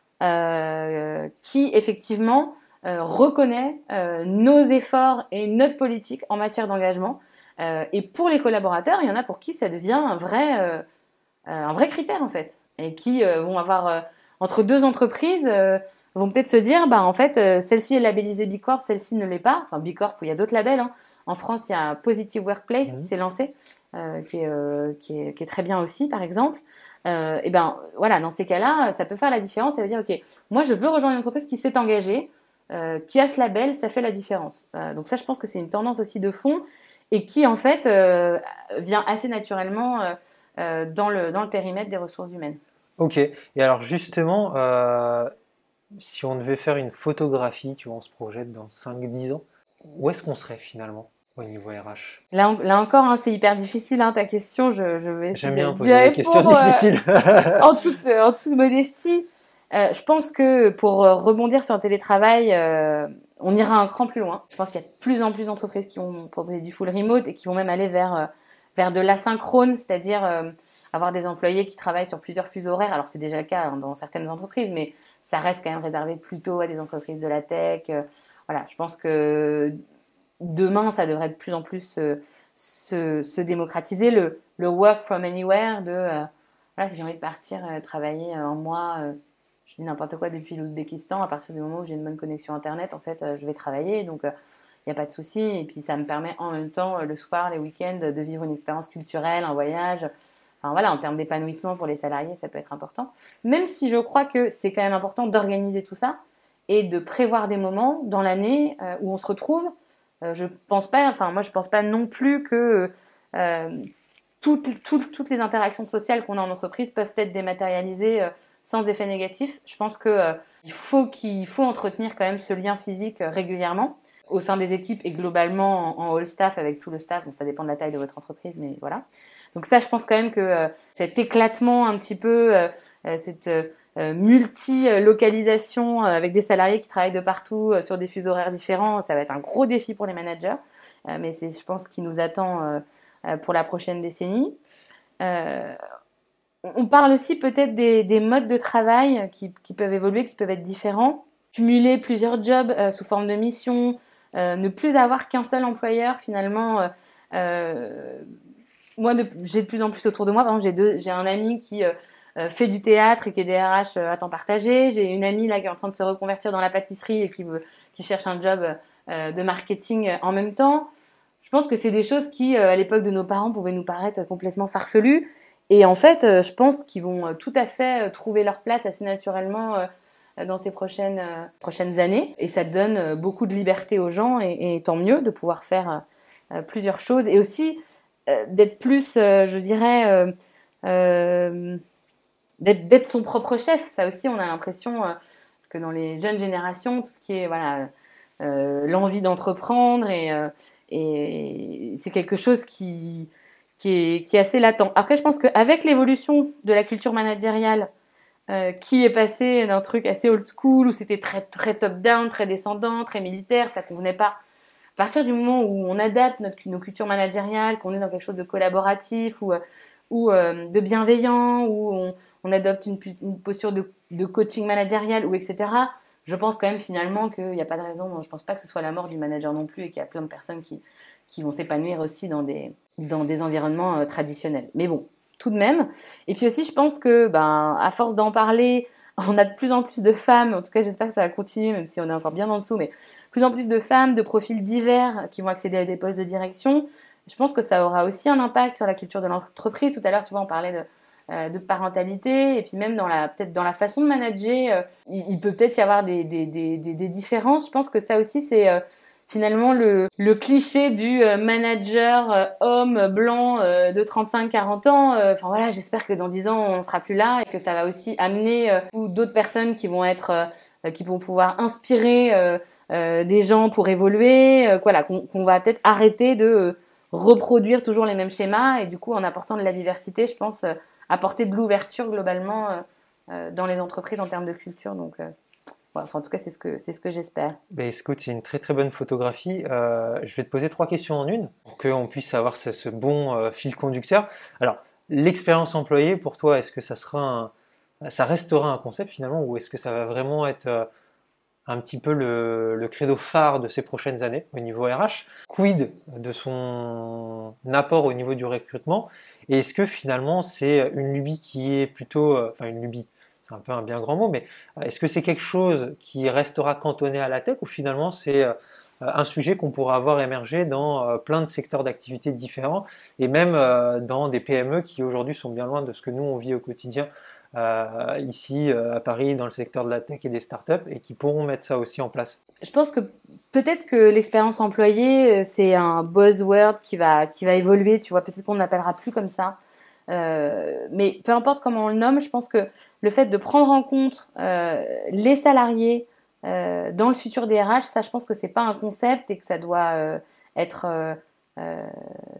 euh, qui, effectivement, euh, reconnaît euh, nos efforts et notre politique en matière d'engagement. Euh, et pour les collaborateurs, il y en a pour qui ça devient un vrai, euh, un vrai critère, en fait. Et qui euh, vont avoir, euh, entre deux entreprises, euh, vont peut-être se dire, bah, en fait, euh, celle-ci est labellisée B Corp, celle-ci ne l'est pas. Enfin, B Corp, il y a d'autres labels, hein. En France, il y a Positive Workplace mmh. qui s'est lancé, euh, qui, est, euh, qui, est, qui est très bien aussi, par exemple. Euh, et ben voilà, dans ces cas-là, ça peut faire la différence. Ça veut dire, ok, moi je veux rejoindre une entreprise qui s'est engagée, euh, qui a ce label, ça fait la différence. Euh, donc ça, je pense que c'est une tendance aussi de fond et qui en fait euh, vient assez naturellement euh, euh, dans le dans le périmètre des ressources humaines. Ok. Et alors justement, euh, si on devait faire une photographie, tu vois, on se projette dans cinq dix ans, où est-ce qu'on serait finalement au niveau R H? Là, là encore, hein, c'est hyper difficile, hein, ta question. Je, je vais J'aime bien poser des questions difficiles. Euh, en, toute, en toute modestie. Euh, je pense que pour rebondir sur le télétravail, euh, on ira un cran plus loin. Je pense qu'il y a de plus en plus d'entreprises qui vont proposer du full remote et qui vont même aller vers, euh, vers de l'asynchrone, c'est-à-dire euh, avoir des employés qui travaillent sur plusieurs fuseaux horaires. Alors, c'est déjà le cas hein, dans certaines entreprises, mais ça reste quand même réservé plutôt à des entreprises de la tech. Euh, voilà, je pense que demain, ça devrait de plus en plus euh, se, se démocratiser. Le, le work from anywhere, de euh, voilà, si j'ai envie de partir euh, travailler un mois, euh, je dis n'importe quoi depuis l'Ouzbékistan, à partir du moment où j'ai une bonne connexion Internet, en fait, euh, je vais travailler. Donc, il euh, n'y a pas de souci. Et puis, ça me permet en même temps, euh, le soir, les week-ends, de vivre une expérience culturelle, un voyage. Enfin, voilà, en termes d'épanouissement pour les salariés, ça peut être important. Même si je crois que c'est quand même important d'organiser tout ça et de prévoir des moments dans l'année euh, où on se retrouve. Euh, je pense pas, enfin moi je pense pas non plus que euh, toutes, toutes, toutes les interactions sociales qu'on a en entreprise peuvent être dématérialisées euh, sans effet négatif. Je pense que euh, il faut qu'il faut entretenir quand même ce lien physique euh, régulièrement au sein des équipes et globalement en, en all staff avec tout le staff. Bon, ça dépend de la taille de votre entreprise, mais voilà. Donc ça, je pense quand même que euh, cet éclatement un petit peu, euh, cette euh, multi-localisation euh, avec des salariés qui travaillent de partout euh, sur des fuseaux horaires différents, ça va être un gros défi pour les managers. Euh, mais c'est, je pense, ce qui nous attend euh, euh, pour la prochaine décennie. Euh, on parle aussi peut-être des, des modes de travail qui, qui peuvent évoluer, qui peuvent être différents. cumuler plusieurs jobs euh, sous forme de mission, euh, ne plus avoir qu'un seul employeur finalement. Euh, euh, moi, de, j'ai de plus en plus autour de moi, par exemple, j'ai, deux, j'ai un ami qui euh, euh, fait du théâtre et qui est D R H euh, à temps partagé. J'ai une amie là qui est en train de se reconvertir dans la pâtisserie et qui, veut, qui cherche un job euh, de marketing en même temps. Je pense que c'est des choses qui, euh, à l'époque de nos parents, pouvaient nous paraître complètement farfelues. Et en fait, euh, je pense qu'ils vont euh, tout à fait euh, trouver leur place assez naturellement euh, dans ces prochaines, euh, prochaines années. Et ça donne euh, beaucoup de liberté aux gens et, et tant mieux de pouvoir faire euh, plusieurs choses. Et aussi euh, d'être plus, euh, je dirais, euh, euh, d'être, d'être son propre chef. Ça aussi, on a l'impression euh, que dans les jeunes générations, tout ce qui est voilà, euh, l'envie d'entreprendre et... Euh, Et c'est quelque chose qui, qui, est, qui est assez latent. Après, je pense qu'avec l'évolution de la culture managériale, euh, qui est passée d'un truc assez old school, où c'était très, très top-down, très descendant, très militaire, ça convenait pas. À partir du moment où on adapte notre, nos cultures managériales, qu'on est dans quelque chose de collaboratif ou, ou euh, de bienveillant, où on, on adopte une, une posture de, de coaching managérial, ou et cetera, je pense quand même finalement qu'il n'y a pas de raison, je ne pense pas que ce soit la mort du manager non plus et qu'il y a plein de personnes qui, qui vont s'épanouir aussi dans des, dans des environnements euh, traditionnels. Mais bon, tout de même. Et puis aussi, je pense que, ben, à force d'en parler, on a de plus en plus de femmes, en tout cas j'espère que ça va continuer, même si on est encore bien en dessous, mais de plus en plus de femmes de profils divers qui vont accéder à des postes de direction. Je pense que ça aura aussi un impact sur la culture de l'entreprise. Tout à l'heure, tu vois, on parlait de... de parentalité et puis même dans la peut-être dans la façon de manager euh, il, il peut peut-être y avoir des, des, des, des, des différences. Je pense que ça aussi c'est euh, finalement le, le cliché du euh, manager euh, homme blanc euh, de trente-cinq à quarante ans. Enfin euh, voilà, j'espère que dans dix ans on sera plus là et que ça va aussi amener euh, d'autres personnes qui vont être euh, qui vont pouvoir inspirer euh, euh, des gens pour évoluer, euh, voilà, qu'on, qu'on va peut-être arrêter de euh, reproduire toujours les mêmes schémas et du coup en apportant de la diversité, je pense euh, apporter de l'ouverture globalement euh, euh, dans les entreprises en termes de culture. Donc, euh, ouais, enfin, en tout cas, c'est ce que, c'est ce que j'espère. Ben, écoute, c'est une très très bonne photographie. Euh, je vais te poser trois questions en une pour qu'on puisse avoir ce, ce bon euh, fil conducteur. Alors, l'expérience employée, pour toi, est-ce que ça sera un, ça restera un concept finalement ou est-ce que ça va vraiment être euh, un petit peu le, le credo phare de ces prochaines années au niveau R H? Quid de son apport au niveau du recrutement? Et est-ce que finalement c'est une lubie qui est plutôt, euh, enfin une lubie, c'est un peu un bien grand mot, mais est-ce que c'est quelque chose qui restera cantonné à la tech ou finalement c'est euh, un sujet qu'on pourra avoir émerger dans euh, plein de secteurs d'activité différents et même euh, dans des P M E qui aujourd'hui sont bien loin de ce que nous on vit au quotidien Euh, ici euh, à Paris dans le secteur de la tech et des startups et qui pourront mettre ça aussi en place? Je pense que peut-être que l'expérience employée c'est un buzzword qui va qui va évoluer, tu vois, peut-être qu'on ne l'appellera plus comme ça, euh, mais peu importe comment on le nomme, je pense que le fait de prendre en compte euh, les salariés euh, dans le futur des R H, ça je pense que c'est pas un concept et que ça doit euh, être euh, euh,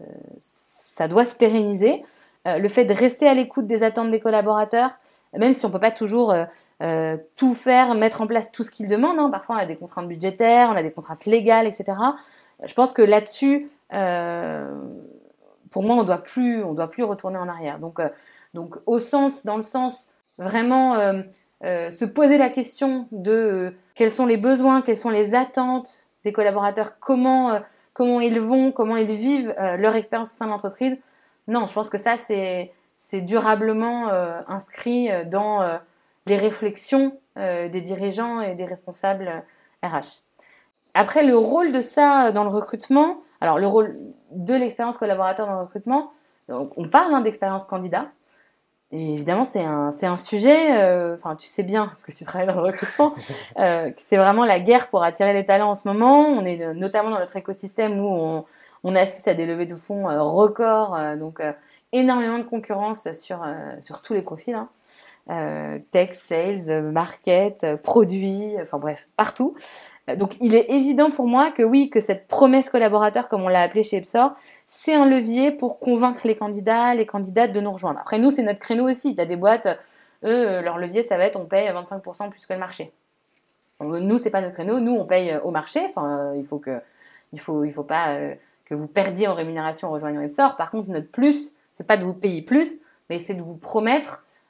ça doit se pérenniser. Euh, le fait de rester à l'écoute des attentes des collaborateurs, même si on ne peut pas toujours euh, euh, tout faire, mettre en place tout ce qu'ils demandent, hein. Parfois on a des contraintes budgétaires, on a des contraintes légales, et cetera. Je pense que là-dessus, euh, pour moi, on doit plus, on doit plus retourner en arrière. Donc, euh, donc au sens, dans le sens vraiment euh, euh, se poser la question de euh, quels sont les besoins, quelles sont les attentes des collaborateurs, comment euh, comment ils vont, comment ils vivent euh, leur expérience au sein de l'entreprise. Non, je pense que ça, c'est, c'est durablement euh, inscrit dans euh, les réflexions euh, des dirigeants et des responsables R H. Après, le rôle de ça dans le recrutement, alors le rôle de l'expérience collaborateur dans le recrutement, donc on parle hein, d'expérience candidat. Et évidemment, c'est un, c'est un sujet, euh, enfin tu sais bien, parce que tu travailles dans le recrutement, euh, que c'est vraiment la guerre pour attirer les talents en ce moment. On est notamment dans notre écosystème où on, on assiste à des levées de fonds euh, records, euh, donc euh, énormément de concurrence sur, euh, sur tous les profils, hein. euh, tech, sales, market, produits, enfin bref, partout. Donc il est évident pour moi que oui, que cette promesse collaborateur, comme on l'a appelé chez Epsor, c'est un levier pour convaincre les candidats, les candidates de nous rejoindre. Après nous, c'est notre créneau aussi. Tu as des boîtes, eux, leur levier, ça va être on paye vingt-cinq pour cent plus que le marché. Nous, c'est pas notre créneau. Nous, on paye au marché. Enfin, il faut que, il faut, il faut pas euh, que vous perdiez en rémunération en rejoignant Epsor. Par contre, notre plus, c'est pas de vous payer plus, mais c'est de vous promettre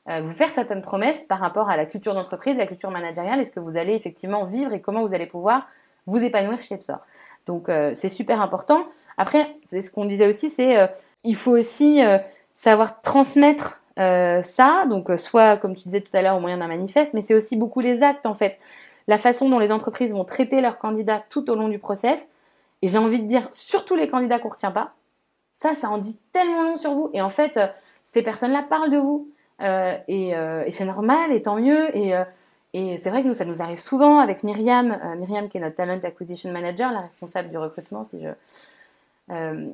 euh, vous faire certaines promesses par rapport à la culture d'entreprise, la culture managériale, et ce que vous allez effectivement vivre et comment vous allez pouvoir vous épanouir chez Epsor. Donc euh, c'est super important. Après, c'est ce qu'on disait aussi, c'est euh, il faut aussi euh, savoir transmettre euh, ça, donc euh, soit comme tu disais tout à l'heure au moyen d'un manifeste, mais c'est aussi beaucoup les actes en fait, la façon dont les entreprises vont traiter leurs candidats tout au long du process. Et j'ai envie de dire surtout les candidats qu'on retient pas. Ça, ça en dit tellement long sur vous. Et en fait, euh, ces personnes-là parlent de vous euh, et, euh, et c'est normal et tant mieux. Et euh, Et c'est vrai que nous, ça nous arrive souvent avec Myriam, euh, Myriam qui est notre Talent Acquisition Manager, la responsable du recrutement, si je, euh,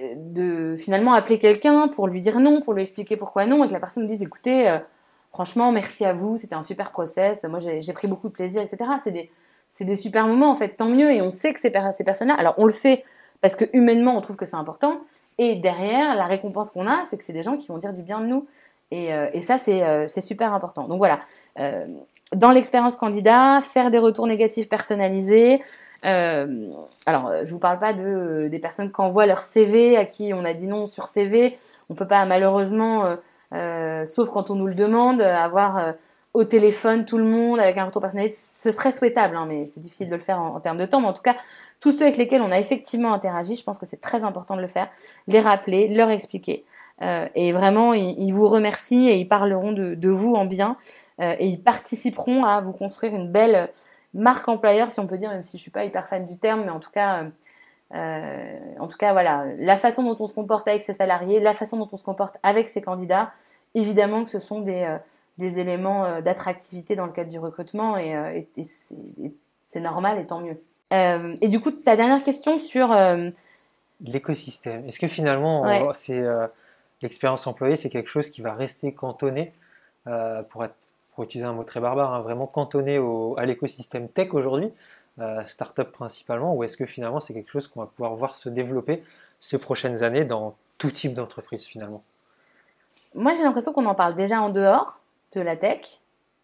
de finalement appeler quelqu'un pour lui dire non, pour lui expliquer pourquoi non, et que la personne nous dise, écoutez, euh, franchement, merci à vous, c'était un super process, moi j'ai, j'ai pris beaucoup de plaisir, et cetera. C'est des, c'est des super moments, en fait, tant mieux, et on sait que ces, ces personnes-là, alors on le fait parce que humainement, on trouve que c'est important, et derrière, la récompense qu'on a, c'est que c'est des gens qui vont dire du bien de nous, et, euh, et ça, c'est, euh, c'est super important. Donc voilà, euh, dans l'expérience candidat, faire des retours négatifs personnalisés. Euh, alors, je vous parle pas de des personnes qui envoient leur C V à qui on a dit non sur C V. On peut pas malheureusement, euh, euh, sauf quand on nous le demande, avoir euh, au téléphone tout le monde avec un retour personnalisé. Ce serait souhaitable, hein, mais c'est difficile de le faire en, en termes de temps. Mais en tout cas, tous ceux avec lesquels on a effectivement interagi, je pense que c'est très important de le faire, les rappeler, leur expliquer. Euh, et vraiment, ils, ils vous remercient et ils parleront de, de vous en bien euh, et ils participeront à vous construire une belle marque employeur, si on peut dire, même si je suis pas hyper fan du terme, mais en tout cas, euh, en tout cas, voilà, la façon dont on se comporte avec ses salariés, la façon dont on se comporte avec ses candidats, évidemment que ce sont des, euh, des éléments euh, d'attractivité dans le cadre du recrutement et, euh, et, et, c'est, et c'est normal et tant mieux. Euh, et du coup, ta dernière question sur euh... l'écosystème. Est-ce que finalement, ouais. on, c'est euh, l'expérience employée, c'est quelque chose qui va rester cantonné, euh, pour, être, pour utiliser un mot très barbare, hein, vraiment cantonné au, à l'écosystème tech aujourd'hui, euh, start-up principalement, ou est-ce que finalement c'est quelque chose qu'on va pouvoir voir se développer ces prochaines années dans tout type d'entreprise finalement? Moi, j'ai l'impression qu'on en parle déjà en dehors de la tech,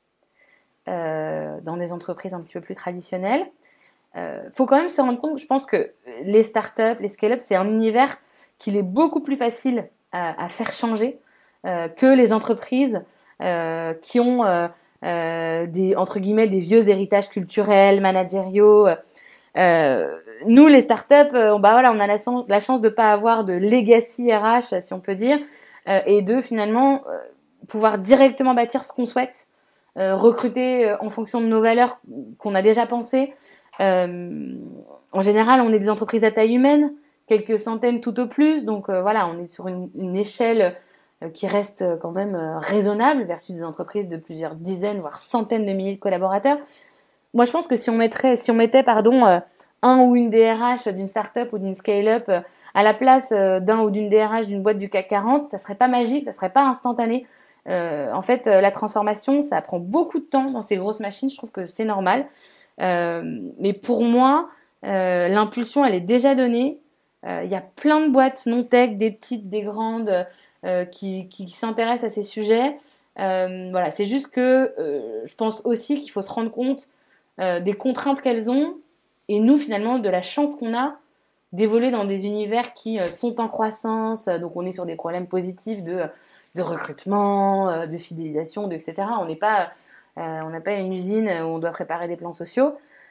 euh, dans des entreprises un petit peu plus traditionnelles. Il euh, faut quand même se rendre compte que je pense que les startups, les scale-up, c'est un univers qu'il est beaucoup plus facile à, à faire changer euh, que les entreprises euh, qui ont euh, euh, des, entre guillemets, des vieux héritages culturels, managériaux. Euh, nous, les startups, euh, bah voilà, on a la, la chance de pas avoir de legacy R H, si on peut dire, euh, et de finalement euh, pouvoir directement bâtir ce qu'on souhaite, euh, recruter euh, en fonction de nos valeurs qu'on a déjà pensées. Euh, en général, on est des entreprises à taille humaine, quelques centaines tout au plus, donc euh, voilà, on est sur une, une échelle euh, qui reste quand même euh, raisonnable versus des entreprises de plusieurs dizaines, voire centaines de milliers de collaborateurs. Moi, je pense que si on mettrait, si on mettait, pardon, euh, un ou une D R H d'une start-up ou d'une scale-up euh, à la place euh, d'un ou d'une D R H d'une boîte du C A C quarante, ça serait pas magique, ça serait pas instantané. Euh, en fait, euh, la transformation, ça prend beaucoup de temps dans ces grosses machines. Je trouve que c'est normal. Euh, mais pour moi, euh, l'impulsion, elle est déjà donnée. Il euh, y a plein de boîtes non-tech, des petites, des grandes, euh, qui, qui, qui s'intéressent à ces sujets. Euh, voilà, c'est juste que euh, je pense aussi qu'il faut se rendre compte euh, des contraintes qu'elles ont et nous, finalement, de la chance qu'on a d'évoluer dans des univers qui euh, sont en croissance. Donc, on est sur des problèmes positifs de, de recrutement, euh, de fidélisation, de, et cetera. On n'est pas... Euh, on n'a pas une usine où on doit préparer des plans sociaux.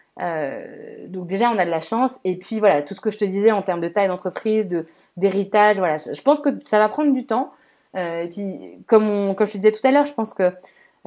Euh, donc déjà, on a de la chance. Et puis voilà, tout ce que je te disais en termes de taille d'entreprise, de, d'héritage, voilà, je pense que ça va prendre du temps. Euh, et puis, comme, on, comme je te disais tout à l'heure, je pense que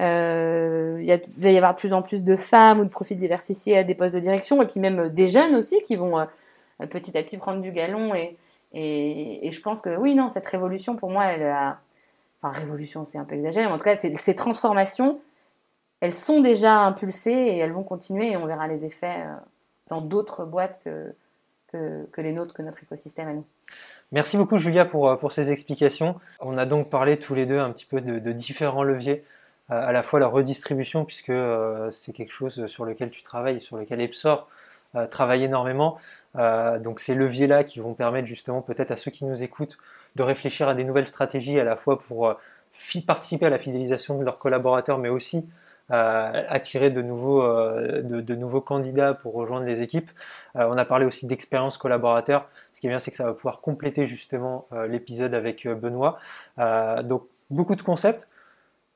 euh, y a, il va y avoir de plus en plus de femmes ou de profils diversifiés à des postes de direction. Et puis même des jeunes aussi qui vont euh, petit à petit prendre du galon. Et, et, et je pense que oui, non, cette révolution, pour moi, elle a... Enfin, révolution, c'est un peu exagéré. Mais en tout cas, c'est, ces transformations, elles sont déjà impulsées et elles vont continuer et on verra les effets dans d'autres boîtes que, que, que les nôtres, que notre écosystème à nous. Merci beaucoup Julia pour, pour ces explications. On a donc parlé tous les deux un petit peu de, de différents leviers, à la fois la redistribution puisque euh, c'est quelque chose sur lequel tu travailles, sur lequel Epsor euh, travaille énormément. Euh, donc ces leviers-là qui vont permettre justement peut-être à ceux qui nous écoutent de réfléchir à des nouvelles stratégies à la fois pour euh, participer à la fidélisation de leurs collaborateurs mais aussi Euh, attirer de nouveaux, euh, de, de nouveaux candidats pour rejoindre les équipes. Euh, on a parlé aussi d'expérience collaborateur. Ce qui est bien, c'est que ça va pouvoir compléter justement euh, l'épisode avec euh, Benoît. Euh, donc, beaucoup de concepts.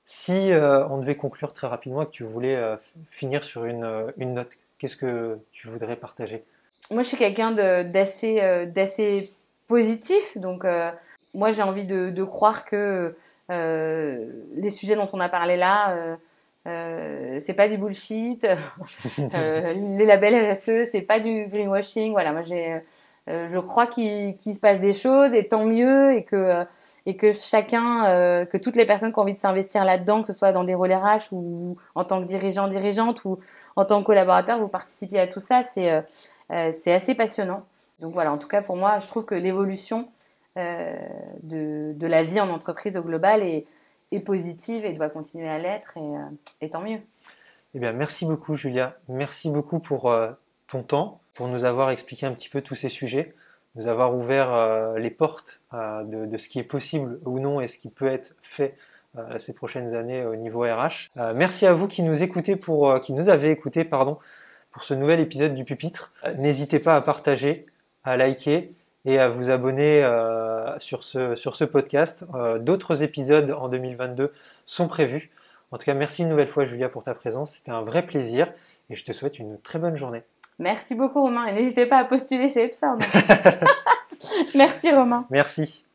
Si euh, on devait conclure très rapidement et que tu voulais euh, finir sur une, euh, une note, qu'est-ce que tu voudrais partager? Moi, je suis quelqu'un de, d'assez, euh, d'assez positif. Donc, euh, moi, j'ai envie de, de croire que euh, les sujets dont on a parlé là, euh, euh, c'est pas du bullshit. Euh, les labels R S E, c'est pas du greenwashing. Voilà, moi, j'ai, euh, je crois qu'il, qu'il se passe des choses et tant mieux et que euh, et que chacun, euh, que toutes les personnes qui ont envie de s'investir là-dedans, que ce soit dans des rôles R H ou en tant que dirigeant, dirigeante ou en tant que collaborateur, vous participiez à tout ça. C'est euh, euh, c'est assez passionnant. Donc voilà, en tout cas pour moi, je trouve que l'évolution euh, de, de la vie en entreprise au global est, est positive et doit continuer à l'être et, euh, et tant mieux. Eh bien, merci beaucoup Julia, merci beaucoup pour euh, ton temps, pour nous avoir expliqué un petit peu tous ces sujets, nous avoir ouvert euh, les portes euh, de, de ce qui est possible ou non et ce qui peut être fait euh, ces prochaines années au niveau R H. Euh, merci à vous qui nous écoutez pour, euh, qui nous avez écouté, pardon, pour ce nouvel épisode du Pupitre. Euh, n'hésitez pas à partager, à liker et à vous abonner euh, sur ce, sur ce podcast. Euh, d'autres épisodes en deux mille vingt-deux sont prévus. En tout cas, merci une nouvelle fois Julia pour ta présence. C'était un vrai plaisir et je te souhaite une très bonne journée. Merci beaucoup Romain et n'hésitez pas à postuler chez Epsor. Merci Romain. Merci.